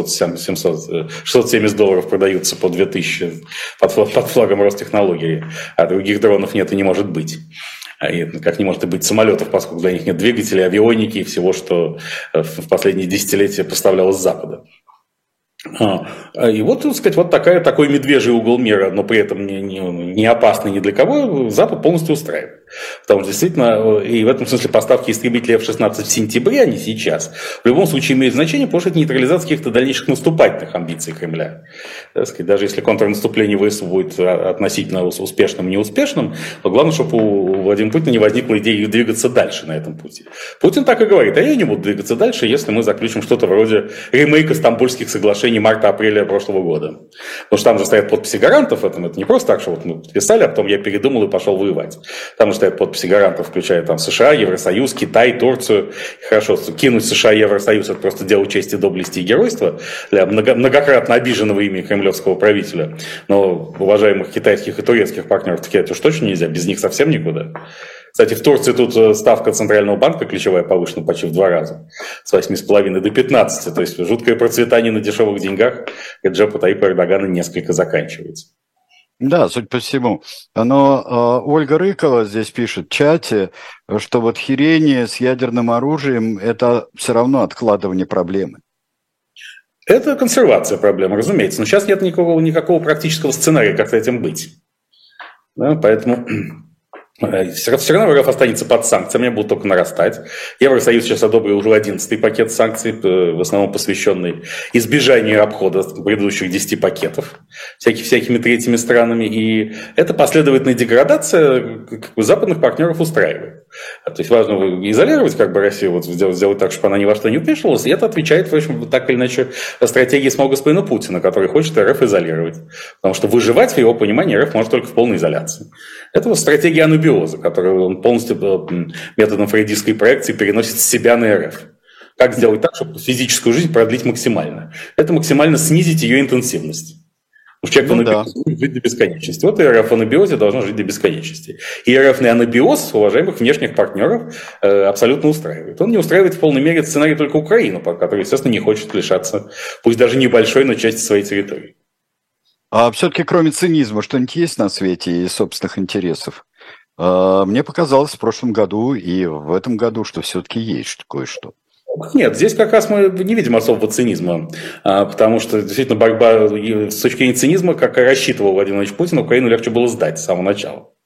$670 продаются по 2000 под флагом Ростехнологии, а других дронов нет и не может быть. И как не может и быть самолетов, поскольку для них нет двигателей, авионики и всего, что в последние десятилетия поставлялось с Запада. И вот, так сказать, вот такой медвежий угол мира, но при этом не опасный ни для кого, Запад полностью устраивает. Потому что действительно, и в этом смысле поставки истребителей F-16 в сентябре, а не сейчас, в любом случае имеют значение, потому что это нейтрализация каких-то дальнейших наступательных амбиций Кремля. Так сказать, даже если контрнаступление ВСУ будет относительно успешным и неуспешным, то главное, чтобы у Владимира Путина не возникла идея двигаться дальше на этом пути. Путин так и говорит, а я не буду двигаться дальше, если мы заключим что-то вроде ремейка Стамбульских соглашений марта-апреля прошлого года. Потому что там же стоят подписи гарантов, это не просто так, что вот мы подписали, а потом я передумал и пошел воевать. Там же стоят подписи гарантов, включая там США, Евросоюз, Китай, Турцию. Хорошо, кинуть США и Евросоюз — это просто дело чести, доблести и геройства для многократно обиженного ими кремлевского правителя. Но уважаемых китайских и турецких партнеров таки это уж точно нельзя, без них совсем никуда. Кстати, в Турции тут ставка Центрального банка ключевая повышена почти в 2 раза. С 8,5 до 15. То есть жуткое процветание на дешевых деньгах Реджепа Таипа Эрдогана несколько заканчивается. Да, судя по всему. Но Ольга Рыкова здесь пишет в чате, что вот херение с ядерным оружием – это все равно откладывание проблемы. Это консервация проблемы, разумеется. Но сейчас нет никакого практического сценария, как с этим быть. Да, поэтому... Все равно РФ останется под санкциями, будут только нарастать. Евросоюз сейчас одобрил уже 11-й пакет санкций, в основном посвященный избежанию обхода предыдущих 10 пакетов всякими третьими странами. И эта последовательная деградация западных партнеров устраивает. То есть важно изолировать Россию, вот сделать так, чтобы она ни во что не вмешивалась. И это отвечает, в общем, так или иначе стратегии самого господина Путина, который хочет РФ изолировать. Потому что выживать, в его понимании, РФ может только в полной изоляции. Это вот стратегия анабиоза, которую он полностью методом фрейдистской проекции переносит с себя на РФ. Как сделать так, чтобы физическую жизнь продлить максимально? Это максимально снизить ее интенсивность. Человек анабиоз будет жить до бесконечности. Вот и РФ в анабиозе должно жить до бесконечности. И РФный анабиоз уважаемых внешних партнеров абсолютно устраивает. Он не устраивает в полной мере сценарий только Украину, которая, естественно, не хочет лишаться, пусть даже небольшой, но части своей территории. А все-таки кроме цинизма что-нибудь есть на свете и собственных интересов? Мне показалось в прошлом году и в этом году, что все-таки есть кое-что. Нет, здесь как раз мы не видим особого цинизма, потому что действительно борьба с точки зрения цинизма, как и рассчитывал Владимир Владимирович Путин, Украину легче было сдать с самого начала.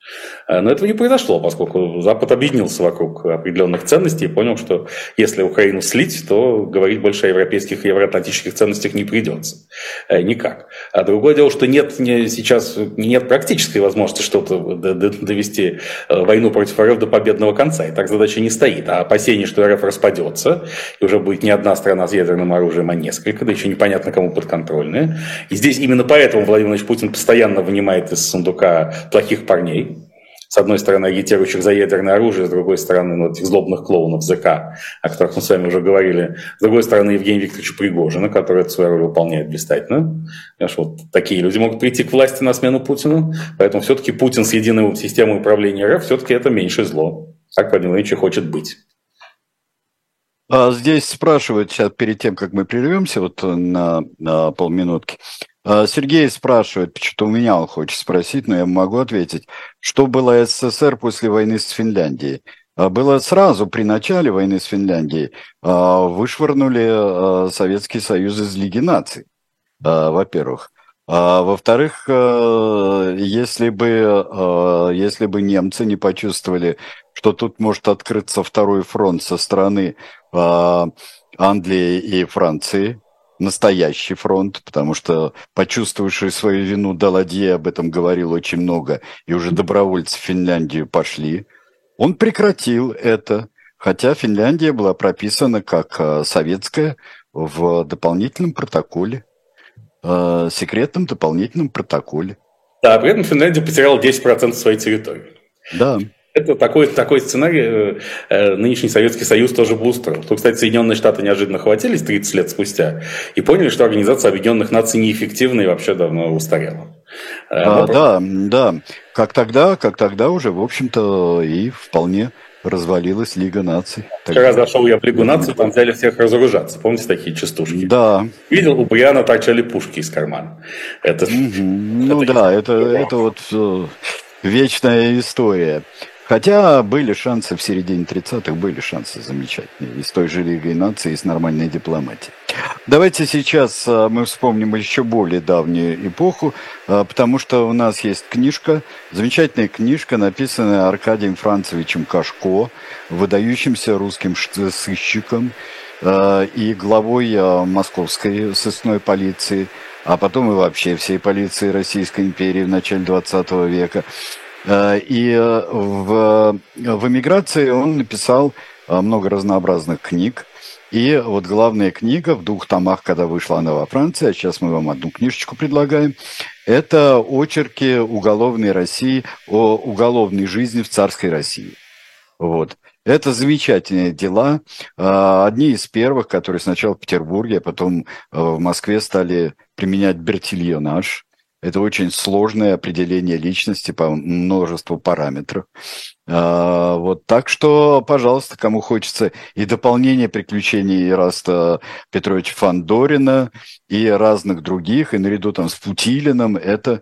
Но этого не произошло, поскольку Запад объединился вокруг определенных ценностей и понял, что если Украину слить, то говорить больше о европейских и евроатлантических ценностях не придется. Никак. А другое дело, что сейчас нет практической возможности что-то довести войну против РФ до победного конца. И так задача не стоит. А опасение, что РФ распадется, и уже будет не одна страна с ядерным оружием, а несколько, да еще непонятно кому подконтрольные. И здесь именно поэтому Владимир Владимирович Путин постоянно вынимает из сундука плохих парней. С одной стороны, агитирующих за ядерное оружие, с другой стороны, этих злобных клоунов ЗК, о которых мы с вами уже говорили. С другой стороны, Евгения Викторовича Пригожина, который эту свою роль выполняет блистательно. Конечно, вот такие люди могут прийти к власти на смену Путину. Поэтому все-таки Путин с единой системой управления РФ, все-таки это меньшее зло. Так Владимир Владимирович хочет быть. Здесь спрашивают сейчас, перед тем, как мы прервемся, на полминутки, Сергей спрашивает, что у меня он хочет спросить, но я могу ответить, что было СССР после войны с Финляндией? Было сразу при начале войны с Финляндией, вышвырнули Советский Союз из Лиги наций, во-первых. Во-вторых, если бы немцы не почувствовали, что тут может открыться второй фронт со стороны Англии и Франции, настоящий фронт, потому что почувствовавший свою вину Даладье об этом говорил очень много, и уже добровольцы в Финляндию пошли. Он прекратил это, хотя Финляндия была прописана как советская в дополнительном протоколе, секретном дополнительном протоколе. Да, при этом Финляндия потеряла 10% своей территории. Да. Это такой сценарий нынешний Советский Союз тоже бы устроил. Тут, кстати, Соединенные Штаты неожиданно хватились 30 лет спустя и поняли, что Организация Объединенных Наций неэффективна и вообще давно устарела. Да. Как тогда уже, в общем-то, и вполне развалилась Лига наций. Вчера зашел я в Лигу наций, там взяли всех разоружаться. Помните такие частушки? Да. Видел, у Буяна торчали пушки из кармана. Это вечная история. Хотя были шансы в середине 30-х, были шансы замечательные. И с той же Лигой наций, и с нормальной дипломатией. Давайте сейчас мы вспомним еще более давнюю эпоху, потому что у нас есть книжка, замечательная книжка, написанная Аркадием Францевичем Кашко, выдающимся русским сыщиком и главой московской сыскной полиции, а потом и вообще всей полиции Российской империи в начале 20 века. И в эмиграции он написал много разнообразных книг. И вот главная книга в 2 томах, когда вышла она во Франции, а сейчас мы вам одну книжечку предлагаем, это очерки уголовной России о уголовной жизни в царской России. Вот. Это замечательные дела. Одни из первых, которые сначала в Петербурге, а потом в Москве стали применять бертильонаж. Это очень сложное определение личности по множеству параметров. Вот, так что, пожалуйста, кому хочется и дополнение приключений Ираста Петровича Фандорина, и разных других, и наряду там с Путилиным, это,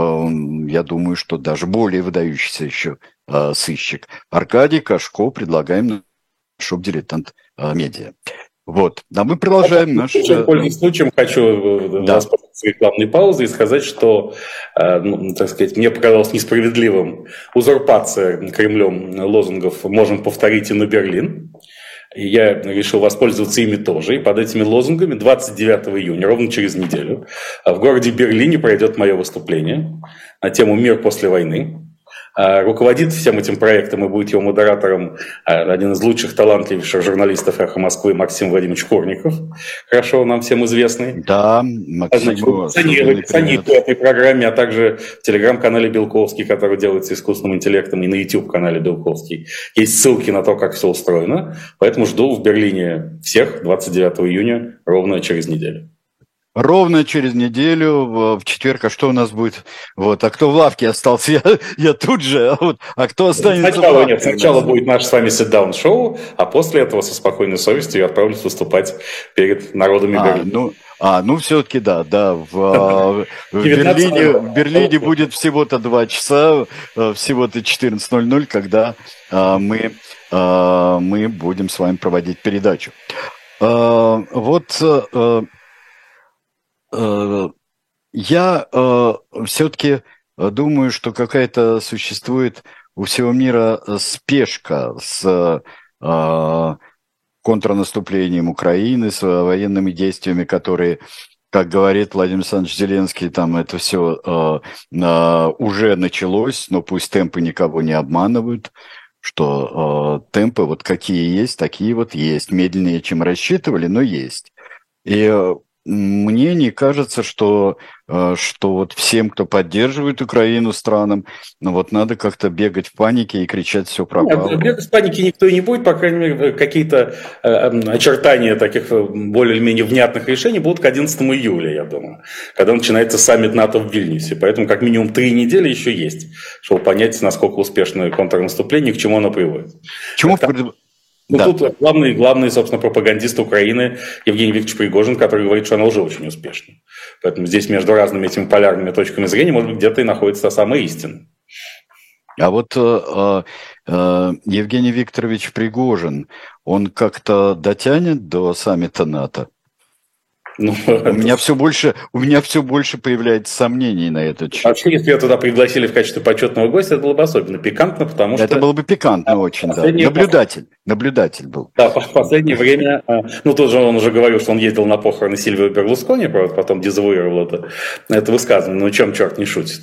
я думаю, что даже более выдающийся еще сыщик. Аркадий Кашко, предлагаем на шоп-дилетант медиа. Вот, а мы продолжаем наш... Пользуясь случаем, хочу воспользоваться рекламной паузой и сказать, что, так сказать, мне показалось несправедливым узурпация Кремлем лозунгов «можем повторить и на Берлин». И я решил воспользоваться ими тоже. И под этими лозунгами 29 июня, ровно через неделю, в городе Берлине пройдет мое выступление на тему «Мир после войны». Руководит всем этим проектом и будет его модератором один из лучших, талантливейших журналистов «Эхо Москвы» Максим Владимирович Курников, хорошо нам всем известный. Да, Максим. Санит в этой программе, а также в телеграм-канале Белковский, который делается искусственным интеллектом, и на YouTube-канале Белковский. Есть ссылки на то, как все устроено. Поэтому жду в Берлине всех 29 июня, ровно через неделю. Ровно через неделю, в четверг, а что у нас будет? Вот, а кто в лавке остался? Я тут же, а кто останется в лавке? Сначала будет наше с вами sit-down-шоу, а после этого со спокойной совестью я отправлюсь выступать перед народами Берлина. Ну все-таки да, в Берлине будет всего-то 2 часа, всего-то 14:00, когда мы будем с вами проводить передачу. Я все-таки думаю, что какая-то существует у всего мира спешка с контрнаступлением Украины, с военными действиями, которые, как говорит Владимир Александрович Зеленский, там это все уже началось, но пусть темпы никого не обманывают, что темпы вот какие есть, такие вот есть, медленнее, чем рассчитывали, но есть. И мне не кажется, что вот всем, кто поддерживает Украину, странам, вот надо как-то бегать в панике и кричать «все пропало». Нет, бегать в панике никто и не будет, по крайней мере, какие-то очертания таких более или менее внятных решений будут к 11 июля, я думаю, когда начинается саммит НАТО в Вильнюсе. Поэтому как минимум 3 недели еще есть, чтобы понять, насколько успешное контрнаступление, к чему оно приводит. Тут главный, собственно, пропагандист Украины Евгений Викторович Пригожин, который говорит, что она уже очень успешна. Поэтому здесь между разными этими полярными точками зрения, может быть, где-то и находится та самая истина. А вот Евгений Викторович Пригожин, он как-то дотянет до саммита НАТО? У меня все больше появляется сомнений на этот счет. Вообще, если ее туда пригласили в качестве почетного гостя, это было бы особенно пикантно, потому что... Это было бы пикантно очень, да. Наблюдатель был. Да, в последнее время... тут же он уже говорил, что он ездил на похороны Сильвио Берлускони, правда, потом дезавуировал это высказывание. Ну, чем черт не шутит.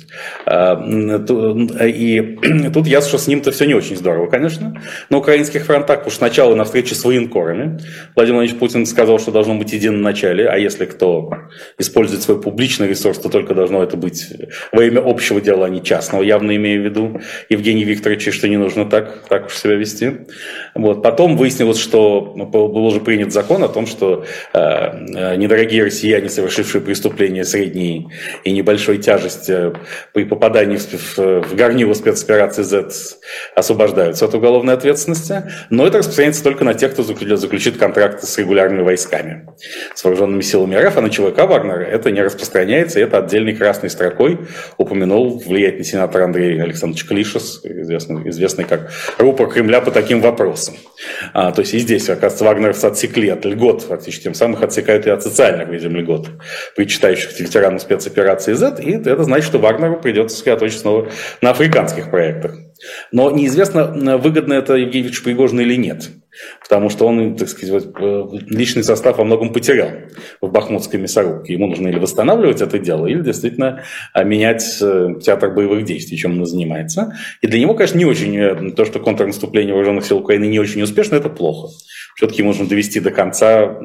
И тут ясно, что с ним-то все не очень здорово, конечно, на украинских фронтах, потому что сначала на встрече с военкорами Владимир Владимирович Путин сказал, что должно быть единоначалие, а если кто использует свой публичный ресурс, то только должно это быть во имя общего дела, а не частного, явно имея в виду Евгений Викторович, что не нужно так уж себя вести. Вот. Потом выяснилось, что был уже принят закон о том, что недорогие россияне, совершившие преступления средней и небольшой тяжести при попадании в горнило спецоперации Z, освобождаются от уголовной ответственности, но это распространяется только на тех, кто заключит контракты с регулярными войсками, с вооруженными силами РФ, а на ЧВК Вагнера это не распространяется, и это отдельной красной строкой упомянул влиятельный сенатор Андрей Александрович Клишес, известный как рупор Кремля по таким вопросам. То есть и здесь, оказывается, вагнеровцы отсекли от льгот, фактически тем самым их отсекают и от социальных, видимо, льгот, причитающих ветеранам спецоперации Z, и это значит, что Вагнеру придется сосредоточиться снова на африканских проектах. Но неизвестно, выгодно это Евгению Викторовичу Пригожину или нет. Потому что он, так сказать, личный состав во многом потерял в бахмутской мясорубке. Ему нужно или восстанавливать это дело, или действительно менять театр боевых действий, чем он занимается. И для него, конечно, не очень то, что контрнаступление вооруженных сил Украины не очень успешно, это плохо. Все-таки ему нужно довести до конца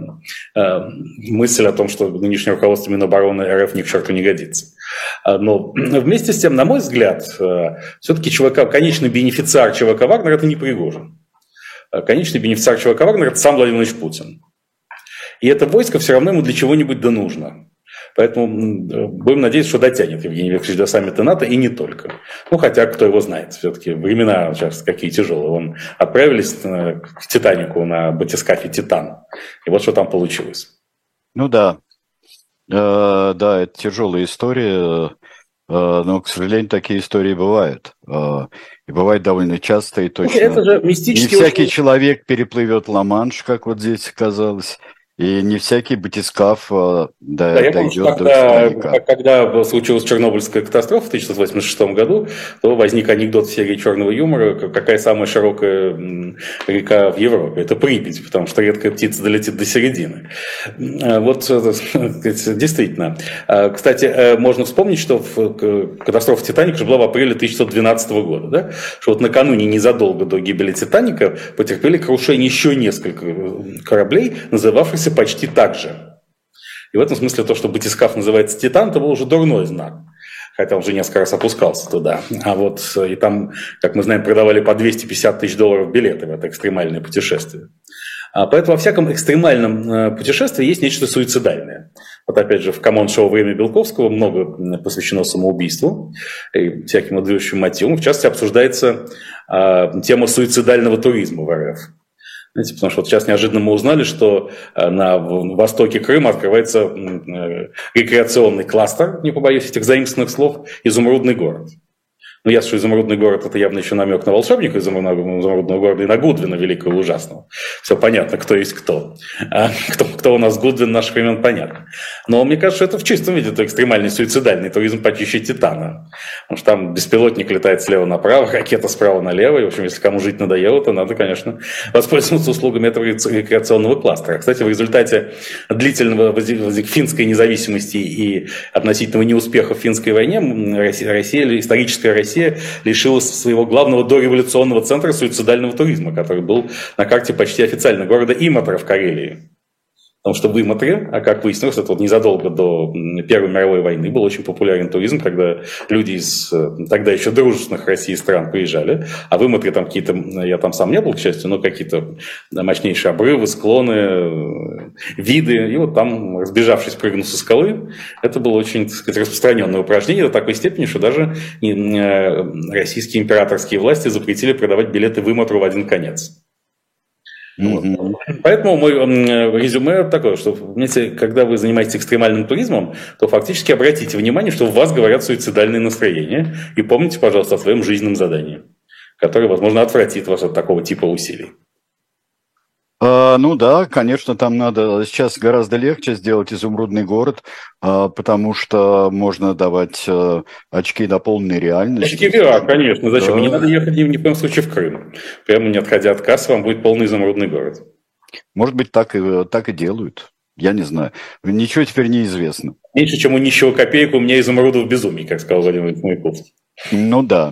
мысль о том, что нынешнее руководство Минобороны РФ ни к черту не годится. Но вместе с тем, на мой взгляд, все-таки конечный бенефициар ЧВК Вагнер – это не Пригожин. Конечный бенефициар ЧВК Вагнер – это сам Владимир Владимирович Путин. И это войско все равно ему для чего-нибудь да нужно. Поэтому будем надеяться, что дотянет Евгений Викторович до саммита НАТО и не только. Хотя, кто его знает, все-таки времена сейчас какие тяжелые. Отправились к Титанику на батискафе «Титан». И вот что там получилось. Да, это тяжелая история, но, к сожалению, такие истории бывают. И бывает довольно часто и точно. Это же мистически. Не всякий человек переплывет Ла-Манш, как вот здесь оказалось. И не всякий батискаф дойдет до Титаника. Когда случилась Чернобыльская катастрофа в 1986 году, то возник анекдот в серии черного юмора, какая самая широкая река в Европе. Это Припять, потому что редкая птица долетит до середины. Вот, действительно. Кстати, можно вспомнить, что катастрофа Титаника же была в апреле 1912 года. Да? Что вот накануне, незадолго до гибели Титаника, потерпели крушение еще несколько кораблей, называвшихся почти так же. И в этом смысле то, что батискаф называется «Титан», это был уже дурной знак. Хотя он уже несколько раз опускался туда. И там, как мы знаем, продавали по $250 тысяч билеты в это экстремальное путешествие. Поэтому во всяком экстремальном путешествии есть нечто суицидальное. Вот опять же, в коммон-шоу «Время Белковского» много посвящено самоубийству и всяким движущим мотивам. В частности, обсуждается тема суицидального туризма в РФ. Знаете, потому что вот сейчас неожиданно мы узнали, что на востоке Крыма открывается рекреационный кластер, не побоюсь этих заимствованных слов, «Изумрудный город». Ну, ясно, что изумрудный город – это явно еще намек на волшебника изумрудного города и на Гудвина великого и ужасного. Все понятно, кто есть кто. Кто у нас Гудвин наших времен, понятно. Но мне кажется, что это в чистом виде это экстремальный суицидальный туризм почище Титана. Потому что там беспилотник летает слева направо, ракета справа налево. И, в общем, если кому жить надоело, то надо, конечно, воспользоваться услугами этого рекреационного кластера. Кстати, в результате длительного финской независимости и относительного неуспеха в финской войне историческая Россия лишилась своего главного дореволюционного центра суицидального туризма, который был на карте почти официально города Иматра в Карелии. Потому что в Иматре, а как выяснилось, это вот незадолго до Первой мировой войны был очень популярен туризм, когда люди из тогда еще дружественных России стран приезжали, а в Иматре там какие-то, я там сам не был, к счастью, но какие-то мощнейшие обрывы, склоны, виды, и вот там, разбежавшись, прыгнув со скалы, это было очень, так сказать, распространенное упражнение до такой степени, что даже российские императорские власти запретили продавать билеты в Иматру в один конец. Вот. Поэтому мой резюме такое, что, понимаете, когда вы занимаетесь экстремальным туризмом, то фактически обратите внимание, что в вас говорят суицидальные настроения, и помните, пожалуйста, о своем жизненном задании, которое, возможно, отвратит вас от такого типа усилий. Ну да, конечно, там надо сейчас гораздо легче сделать изумрудный город, потому что можно давать очки дополненной реальности. Очки VR, конечно. Зачем? Да. Не надо ехать ни в коем случае в Крым. Прямо не отходя от кассы, вам будет полный изумрудный город. Может быть, так и делают. Я не знаю. Ничего теперь не известно. Меньше, чем у нищего копейка, у меня изумрудов безумий, как сказал Владимир Маяковский. Ну да.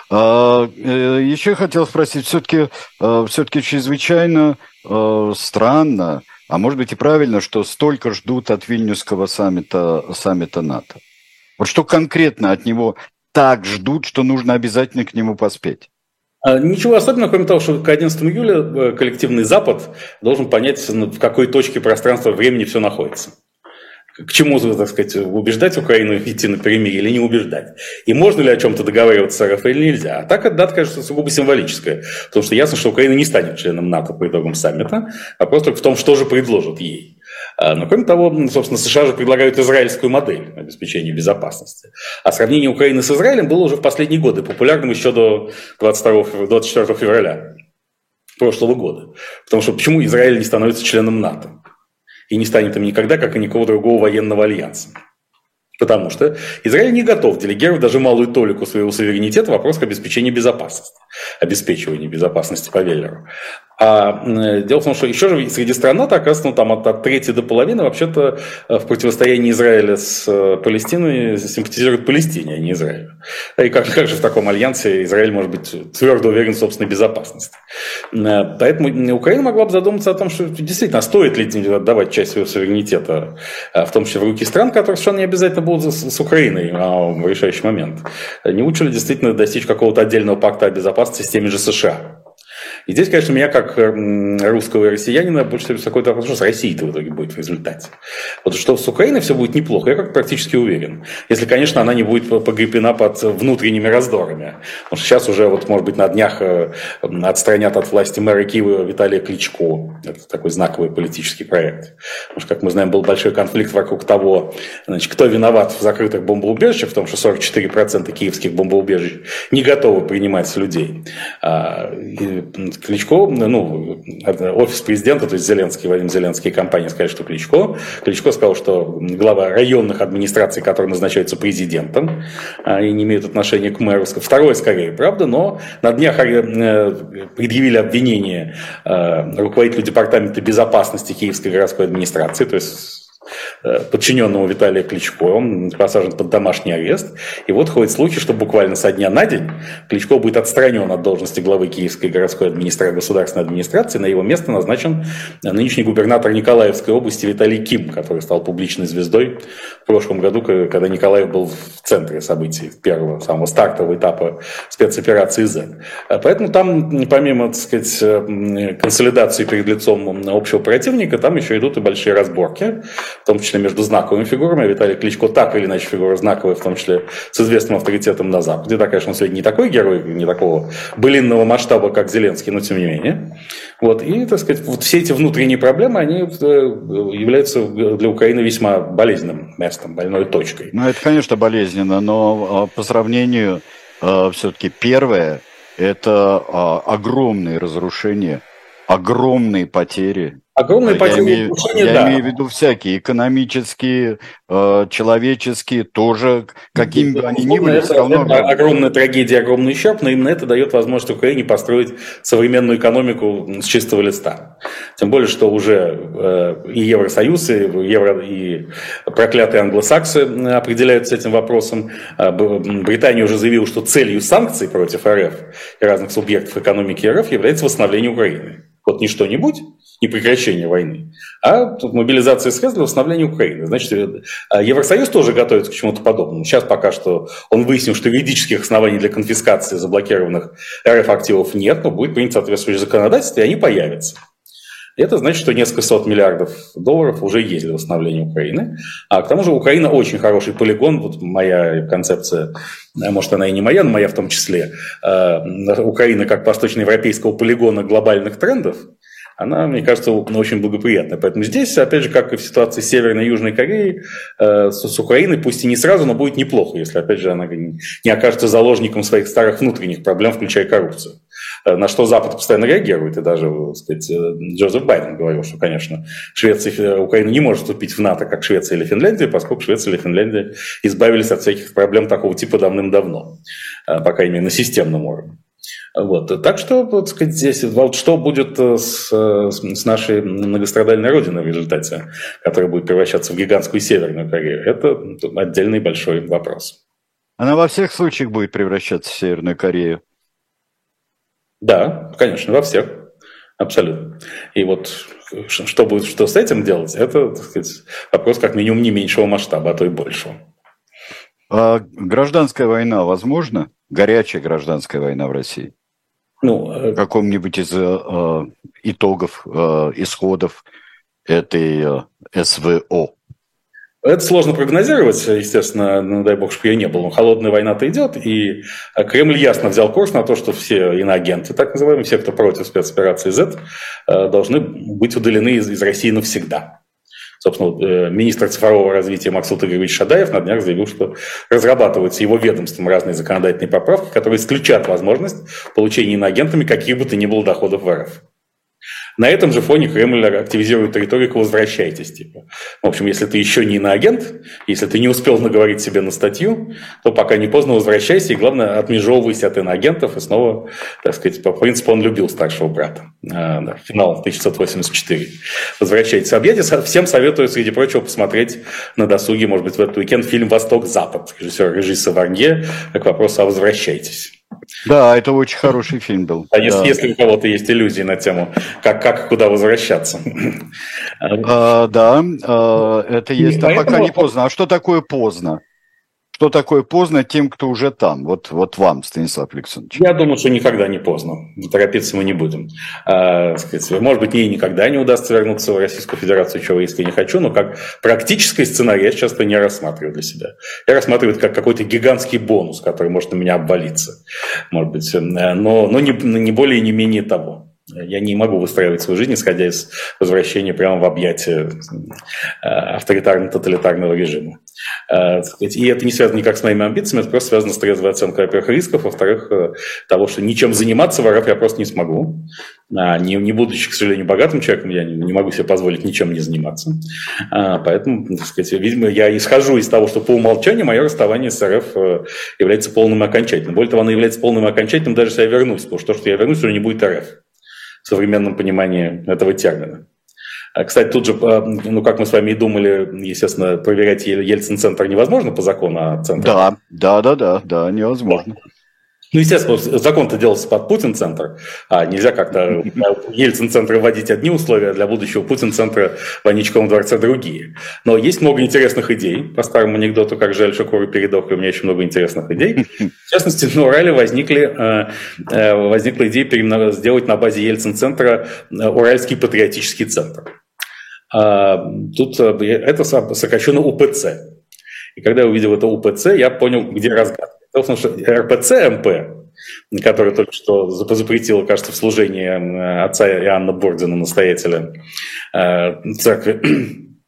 Еще я хотел спросить, все-таки чрезвычайно странно, а может быть и правильно, что столько ждут от Вильнюсского саммита НАТО. Вот что конкретно от него так ждут, что нужно обязательно к нему поспеть? Ничего особенного, кроме того, что к 11 июля коллективный Запад должен понять, в какой точке пространства и времени все находится. К чему, так сказать, убеждать Украину идти на перемирие или не убеждать? И можно ли о чем-то договариваться с РФ или нельзя? А так эта дата, конечно, сугубо символическая. Потому что ясно, что Украина не станет членом НАТО по итогам саммита, а просто в том, что же предложат ей. Но кроме того, собственно, США же предлагают израильскую модель обеспечения безопасности. А сравнение Украины с Израилем было уже в последние годы популярным еще до 24 февраля прошлого года. Потому что почему Израиль не становится членом НАТО? И не станет им никогда, как и никакого другого военного альянса. Потому что Израиль не готов делегировать даже малую толику своего суверенитета в вопросах обеспечения безопасности, обеспечивания безопасности по Веллеру. А дело в том, что еще же среди стран НАТО, оказывается, там от трети до половины вообще-то в противостоянии Израиля с Палестиной симпатизируют Палестине, а не Израилю. И как же в таком альянсе Израиль может быть твердо уверен в собственной безопасности? Поэтому Украина могла бы задуматься о том, что действительно стоит ли отдавать часть своего суверенитета, в том числе в руки стран, которые совершенно не обязательно будут с Украиной в решающий момент. Не лучше ли действительно достичь какого-то отдельного пакта о безопасности с теми же США? И здесь, конечно, меня, как русского и россиянина, больше всего беспокоит вопрос, что с Россией-то в итоге будет в результате. Вот что с Украиной все будет неплохо, я как практически уверен. Если, конечно, она не будет погребена под внутренними раздорами. Потому что сейчас уже, вот, может быть, на днях отстранят от власти мэра Киева Виталия Кличко. Это такой знаковый политический проект. Потому что, как мы знаем, был большой конфликт вокруг того, значит, кто виноват в закрытых бомбоубежищах, в том, что 44% киевских бомбоубежищ не готовы принимать людей. Кличко, офис президента, то есть Зеленский, Владимир Зеленский, компания сказали, что Кличко сказал, что глава районных администраций, которые назначаются президентом и не имеют отношения к мэру, второе скорее, правда, но на днях предъявили обвинение руководителю департамента безопасности Киевской городской администрации, то есть подчиненному Виталия Кличко, он посажен под домашний арест. И вот ходят слухи, что буквально со дня на день Кличко будет отстранен от должности главы Киевской городской государственной администрации. На его место назначен нынешний губернатор Николаевской области Виталий Ким, который стал публичной звездой в прошлом году, когда Николаев был в центре событий первого, самого стартового этапа спецоперации Z. Поэтому там, помимо, так сказать, консолидации перед лицом общего противника, там еще идут и большие разборки, в том числе между знаковыми фигурами. Виталий Кличко так или иначе фигура знаковая, в том числе с известным авторитетом на Западе. Да, конечно, он сегодня не такой герой, не такого былинного масштаба, как Зеленский, но тем не менее. Вот. И, так сказать, вот все эти внутренние проблемы, они являются для Украины весьма болезненным местом, больной точкой. Ну, это, конечно, болезненно, но по сравнению все-таки первое – это огромные разрушения, огромные потери. Огромные потери, я имею в виду всякие экономические, человеческие, тоже, какими бы они ни были, все равно... Это огромная трагедия, огромный ущерб, но именно это дает возможность Украине построить современную экономику с чистого листа. Тем более, что уже и Евросоюз, и проклятые англосаксы определяются этим вопросом. Британия уже заявила, что целью санкций против РФ и разных субъектов экономики РФ является восстановление Украины. Вот не что-нибудь, не прекращение войны, а мобилизация средств для восстановления Украины. Значит, Евросоюз тоже готовится к чему-то подобному. Сейчас пока что он выяснил, что юридических оснований для конфискации заблокированных РФ активов нет, но будет принято соответствующее законодательство, и они появятся. Это значит, что несколько сот миллиардов долларов уже есть для восстановления Украины. А к тому же Украина очень хороший полигон. Вот моя концепция, может, она и не моя, но моя в том числе. Украина как восточноевропейского полигона глобальных трендов, она, мне кажется, очень благоприятная. Поэтому здесь, опять же, как и в ситуации с Северной и Южной Кореей, с Украиной, пусть и не сразу, но будет неплохо, если, опять же, она не окажется заложником своих старых внутренних проблем, включая коррупцию. На что Запад постоянно реагирует, и даже, так сказать, Джозеф Байден говорил, что, конечно, Украина не может вступить в НАТО, как Швеция или Финляндия, поскольку Швеция или Финляндия избавились от всяких проблем такого типа давным-давно, по крайней мере, на системном уровне. Вот. Так что, вот, сказать, здесь, вот, что будет с нашей многострадальной родиной в результате, которая будет превращаться в гигантскую Северную Корею, это отдельный большой вопрос. Она во всех случаях будет превращаться в Северную Корею? Да, конечно, во всех. Абсолютно. И вот что с этим делать, это, так сказать, вопрос как минимум не меньшего масштаба, а то и большего. А гражданская война возможна? Горячая гражданская война в России? В каком-нибудь из итогов, исходов этой СВО? Это сложно прогнозировать, естественно, дай бог, чтобы ее не было. Но холодная война-то идет, и Кремль ясно взял курс на то, что все иноагенты, так называемые, все, кто против спецоперации Z, должны быть удалены из России навсегда. Собственно, министр цифрового развития Максут Игоревич Шадаев на днях заявил, что разрабатываются его ведомством разные законодательные поправки, которые исключат возможность получения иноагентами каких бы то ни было доходов в РФ. На этом же фоне Кремль активизирует риторику «возвращайтесь». Типа. В общем, если ты еще не иноагент, если ты не успел наговорить себе на статью, то пока не поздно возвращайся и, главное, отмежевывайся от иноагентов. И снова, так сказать, по принципу он любил старшего брата. Финал 1984. Возвращайтесь. Объятия всем советую, среди прочего, посмотреть на досуге, может быть, в этот уикенд фильм «Восток-Запад» режиссера Режи Саварнье, к вопросу о «возвращайтесь». Да, это очень хороший фильм был. Если у кого-то есть иллюзии на тему, как куда возвращаться. Да, это есть, а пока не поздно. А что такое поздно? Что такое поздно тем, кто уже там? Вот вам, Станислав Александрович. Я думаю, что никогда не поздно. Торопиться мы не будем. Может быть, мне и никогда не удастся вернуться в Российскую Федерацию, чего я искренне хочу, но как практический сценарий я сейчас это не рассматриваю для себя. Я рассматриваю это как какой-то гигантский бонус, который может на меня обвалиться. Может быть, но не более и не менее того. Я не могу выстраивать свою жизнь, исходя из возвращения прямо в объятия авторитарно-тоталитарного режима. И это не связано никак с моими амбициями, это просто связано с трезвой оценкой, во-первых, рисков, во-вторых, того, что ничем заниматься в РФ я просто не смогу. Не будучи, к сожалению, богатым человеком, я не могу себе позволить ничем не заниматься. Поэтому, так сказать, видимо, я исхожу из того, что по умолчанию мое расставание с РФ является полным и окончательным. Более того, оно является полным и окончательным, даже если я вернусь, потому что то, что я вернусь, уже не будет РФ. В современном понимании этого термина. Кстати, тут же, как мы с вами и думали, естественно, проверять Ельцин-центр невозможно по закону о центре. Да, невозможно. Естественно, закон-то делался под Путин-центр, а нельзя как-то Ельцин-центра вводить одни условия, для будущего Путин-центра в Аничковом дворце другие. Но есть много интересных идей. По старому анекдоту, как жаль, что Куры передох, и у меня еще много интересных идей. В частности, на Урале возникла идея сделать на базе Ельцин-центра Уральский патриотический центр. Тут это сокращенно УПЦ. И когда я увидел это УПЦ, я понял, где разгадка. Потому что РПЦ-МП, который только что запретила, кажется, в служении отца Иоанна Бордина, настоятеля церкви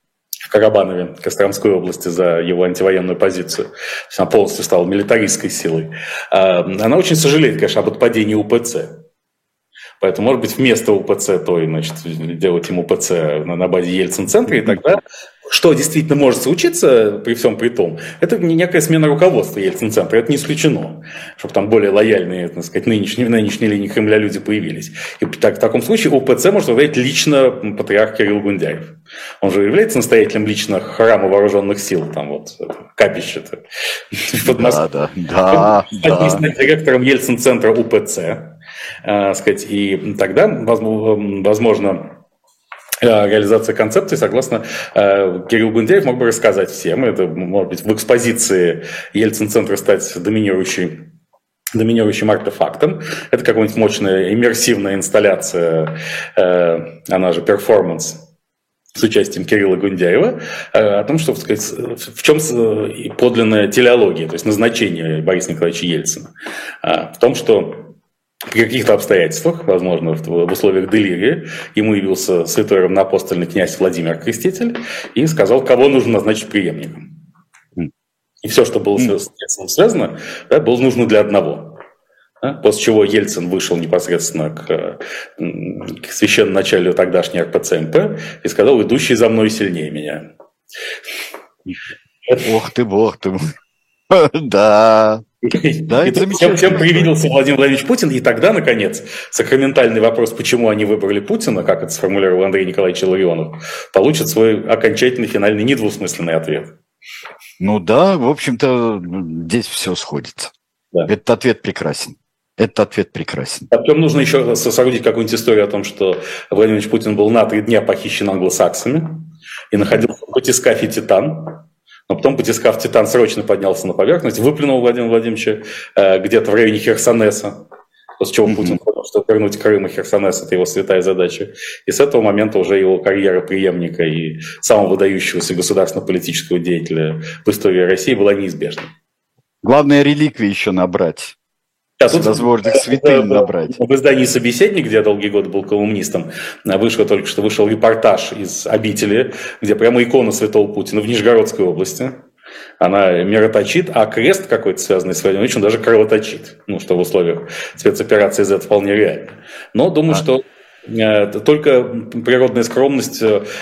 в Карабанове Костромской области за его антивоенную позицию. То есть она полностью стала милитаристской силой. Она очень сожалеет, конечно, об отпадении УПЦ. Поэтому, может быть, вместо УПЦ, то и, значит, делать ему УПЦ на базе Ельцин-центра, и тогда, что действительно может случиться при всем при том, это некая смена руководства Ельцин-центра, это не исключено, чтобы там более лояльные, так сказать, нынешней линии Кремля люди появились. И в таком случае УПЦ может возглавить лично патриарх Кирилл Гундяев. Он же является настоятелем лично храма вооруженных сил, там вот капище-то под Москвой. Да. Стать директором Ельцин-центра УПЦ. Сказать, и тогда, возможно, реализация концепции, согласно Кирилл Гундяев, мог бы рассказать всем. Это, может быть, в экспозиции Ельцин-центра стать доминирующим артефактом. Это какая-нибудь мощная иммерсивная инсталляция, она же перформанс, с участием Кирилла Гундяева, о том, что, так сказать, в чем подлинная телеология, то есть назначение Бориса Николаевича Ельцина. В том, что при каких-то обстоятельствах, возможно, в условиях делирия, ему явился святой равноапостольный князь Владимир Креститель и сказал, кого нужно назначить преемником. И все, что было с Ельцином связано, да, было нужно для одного. Да? После чего Ельцин вышел непосредственно к священноначалию тогдашней РПЦ-МП и сказал, идущий за мной сильнее меня. Ох ты, бог ты. Да. Да, чем привиделся Владимир Владимирович Путин, и тогда, наконец, сакраментальный вопрос, почему они выбрали Путина, как это сформулировал Андрей Николаевич Илларионов, получит свой окончательный, финальный, недвусмысленный ответ. Ну да, в общем-то, здесь все сходится. Да. Этот ответ прекрасен. Потом нужно еще соорудить какую-нибудь историю о том, что Владимир Ильич Путин был на 3 дня похищен англосаксами и находился в батискафе «Титан». Но потом батискаф «Титан» срочно поднялся на поверхность, выплюнул Владимира Владимировича где-то в районе Херсонеса, после чего Путин понял, что вернуть Крым и Херсонес – это его святая задача. И с этого момента уже его карьера преемника и самого выдающегося государственно-политического деятеля в истории России была неизбежна. Главное, реликвии еще набрать. Возможных святынь набрать. В издании «Собеседник», где я долгие годы был колумнистом, только что вышел репортаж из обители, где прямо икона святого Путина в Нижегородской области. Она мироточит, а крест какой-то, связанный с Владимиром Ильичем, даже кровоточит. Ну, что в условиях спецоперации Z вполне реально. Но думаю, что только природная скромность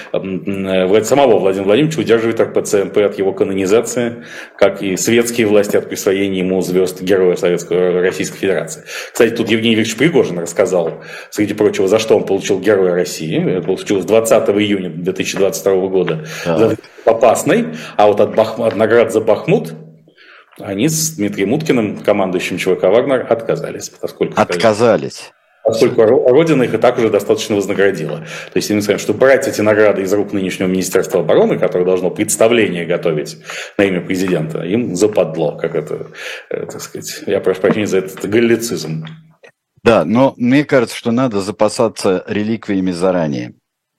самого Владимира Владимировича удерживает РПЦ-МП от его канонизации, как и светские власти от присвоения ему звезд Героя Российской Федерации. Кстати, тут Евгений Викторович Пригожин рассказал, среди прочего, за что он получил Героя России. Это получилось 20 июня 2022 года за Попасной, а вот от наград за Бахмут они с Дмитрием Уткиным, командующим ЧВК «Вагнер», отказались. Поскольку Родина их и так уже достаточно вознаградила. То есть, мы скажем, что брать эти награды из рук нынешнего Министерства обороны, которое должно представление готовить на имя президента, им западло, как это, так сказать, я прошу прощения за этот галлицизм. Да, но мне кажется, что надо запасаться реликвиями заранее.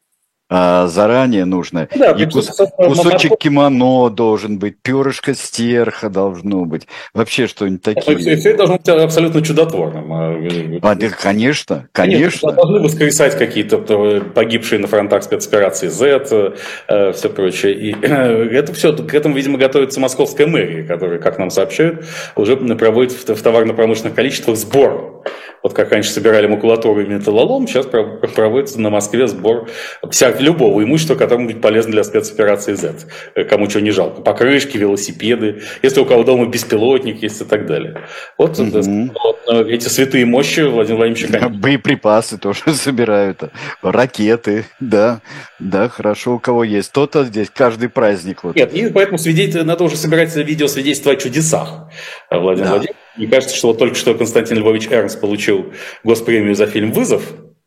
Заранее нужно. Да, и кусочек кимоно должен быть, перышко стерха должно быть. Вообще что-нибудь такое. Все это должно быть абсолютно чудотворным. Конечно. Должны воскресать какие-то погибшие на фронтах спецоперации Z, все прочее. И это все, к этому, видимо, готовится московская мэрия, которая, как нам сообщают, уже проводит в товарно-промышленных количествах сбор. Вот как раньше собирали макулатуру и металлолом, сейчас проводится на Москве сбор любого имущества, которое будет полезно для спецоперации Z. Кому чего не жалко. Покрышки, велосипеды, если у кого дома беспилотник есть и так далее. Вот эти святые мощи Владимира Владимировича, конечно. Боеприпасы тоже собирают, ракеты, да, хорошо, у кого есть. То-то здесь каждый праздник. Вот. Нет, и поэтому надо уже собирать видеосвидетельства о чудесах Владимира Владимировича. Мне кажется, что вот только что Константин Львович Эрнст получил госпремию за фильм «Вызов»,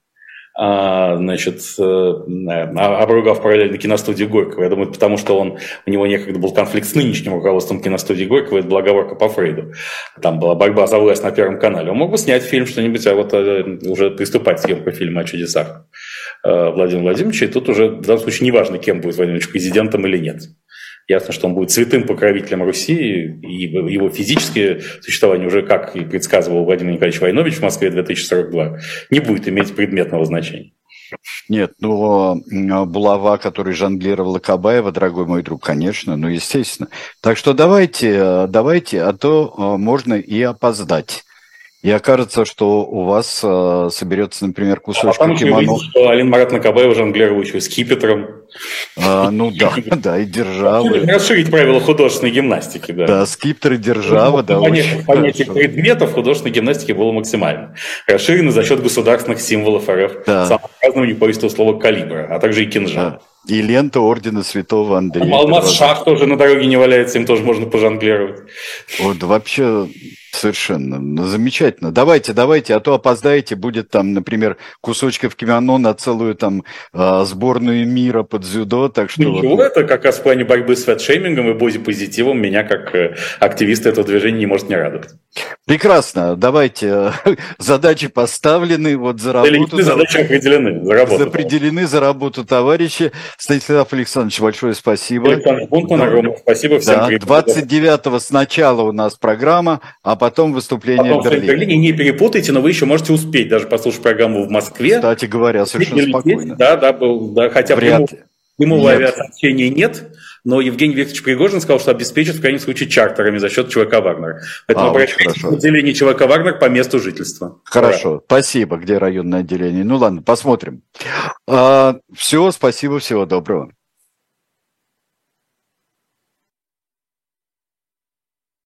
обругав параллельно киностудию Горького. Я думаю, потому что у него некогда был конфликт с нынешним руководством киностудии Горького, это была оговорка по Фрейду. Там была борьба за власть на Первом канале. Он мог бы снять фильм что-нибудь, а вот уже приступать к съемке фильма о чудесах Владимира Владимировича. И тут уже в данном случае неважно, кем будет Владимир Владимирович, президентом или нет. Ясно, что он будет святым покровителем Руси, и его физическое существование уже, как и предсказывал Владимир Николаевич Войнович в Москве 2042, не будет иметь предметного значения. Нет, ну, булава, который жонглировала Кабаева, дорогой мой друг, конечно, ну, естественно. Так что давайте, а то можно и опоздать. И окажется, что у вас соберется, например, кусочек там кимоно. еще увидеть, что Алина Маратовна Кабаева жонглировала еще скипетром. Ну да, да, и державы. Расширить правила художественной гимнастики, да. Да, скипетр и держава, да, очень понятие хорошо. предметов художественной гимнастики было максимально. Расширено за счет государственных символов РФ. Да. Самого разного непористого слова калибра, а также и кинжал. Да. И лента ордена Святого Андрея. Алмаз шах тоже на дороге не валяется, им тоже можно пожонглировать. Вот вообще совершенно замечательно. Давайте, а то опоздаете, будет там, например, кусочков кимоно на целую там сборную мира под дзюдо, так что... Ничего, вот... это как раз в плане борьбы с фэтшеймингом и бодипозитивом меня как активиста этого движения не может не радовать. Прекрасно, давайте, задачи поставлены, вот за работу... Задачи определены, за работу. Определены за работу, товарищи. Станислав Александрович, большое спасибо. Александр Бунтман, огромное спасибо всем. Да, 29-го сначала у нас программа, а потом выступление в Берлине. Не перепутайте, но вы еще можете успеть даже послушать программу в Москве. Кстати говоря, совершенно спокойно. Да, хотя прямого авиасообщения нет, но Евгений Викторович Пригожин сказал, что обеспечит в крайнем случае чартерами за счет ЧВК «Вагнер». Поэтому обращайтесь к отделению ЧВК «Вагнер» по месту жительства. Хорошо, спасибо. Где районное отделение? Ну ладно, посмотрим. Все, спасибо, всего доброго.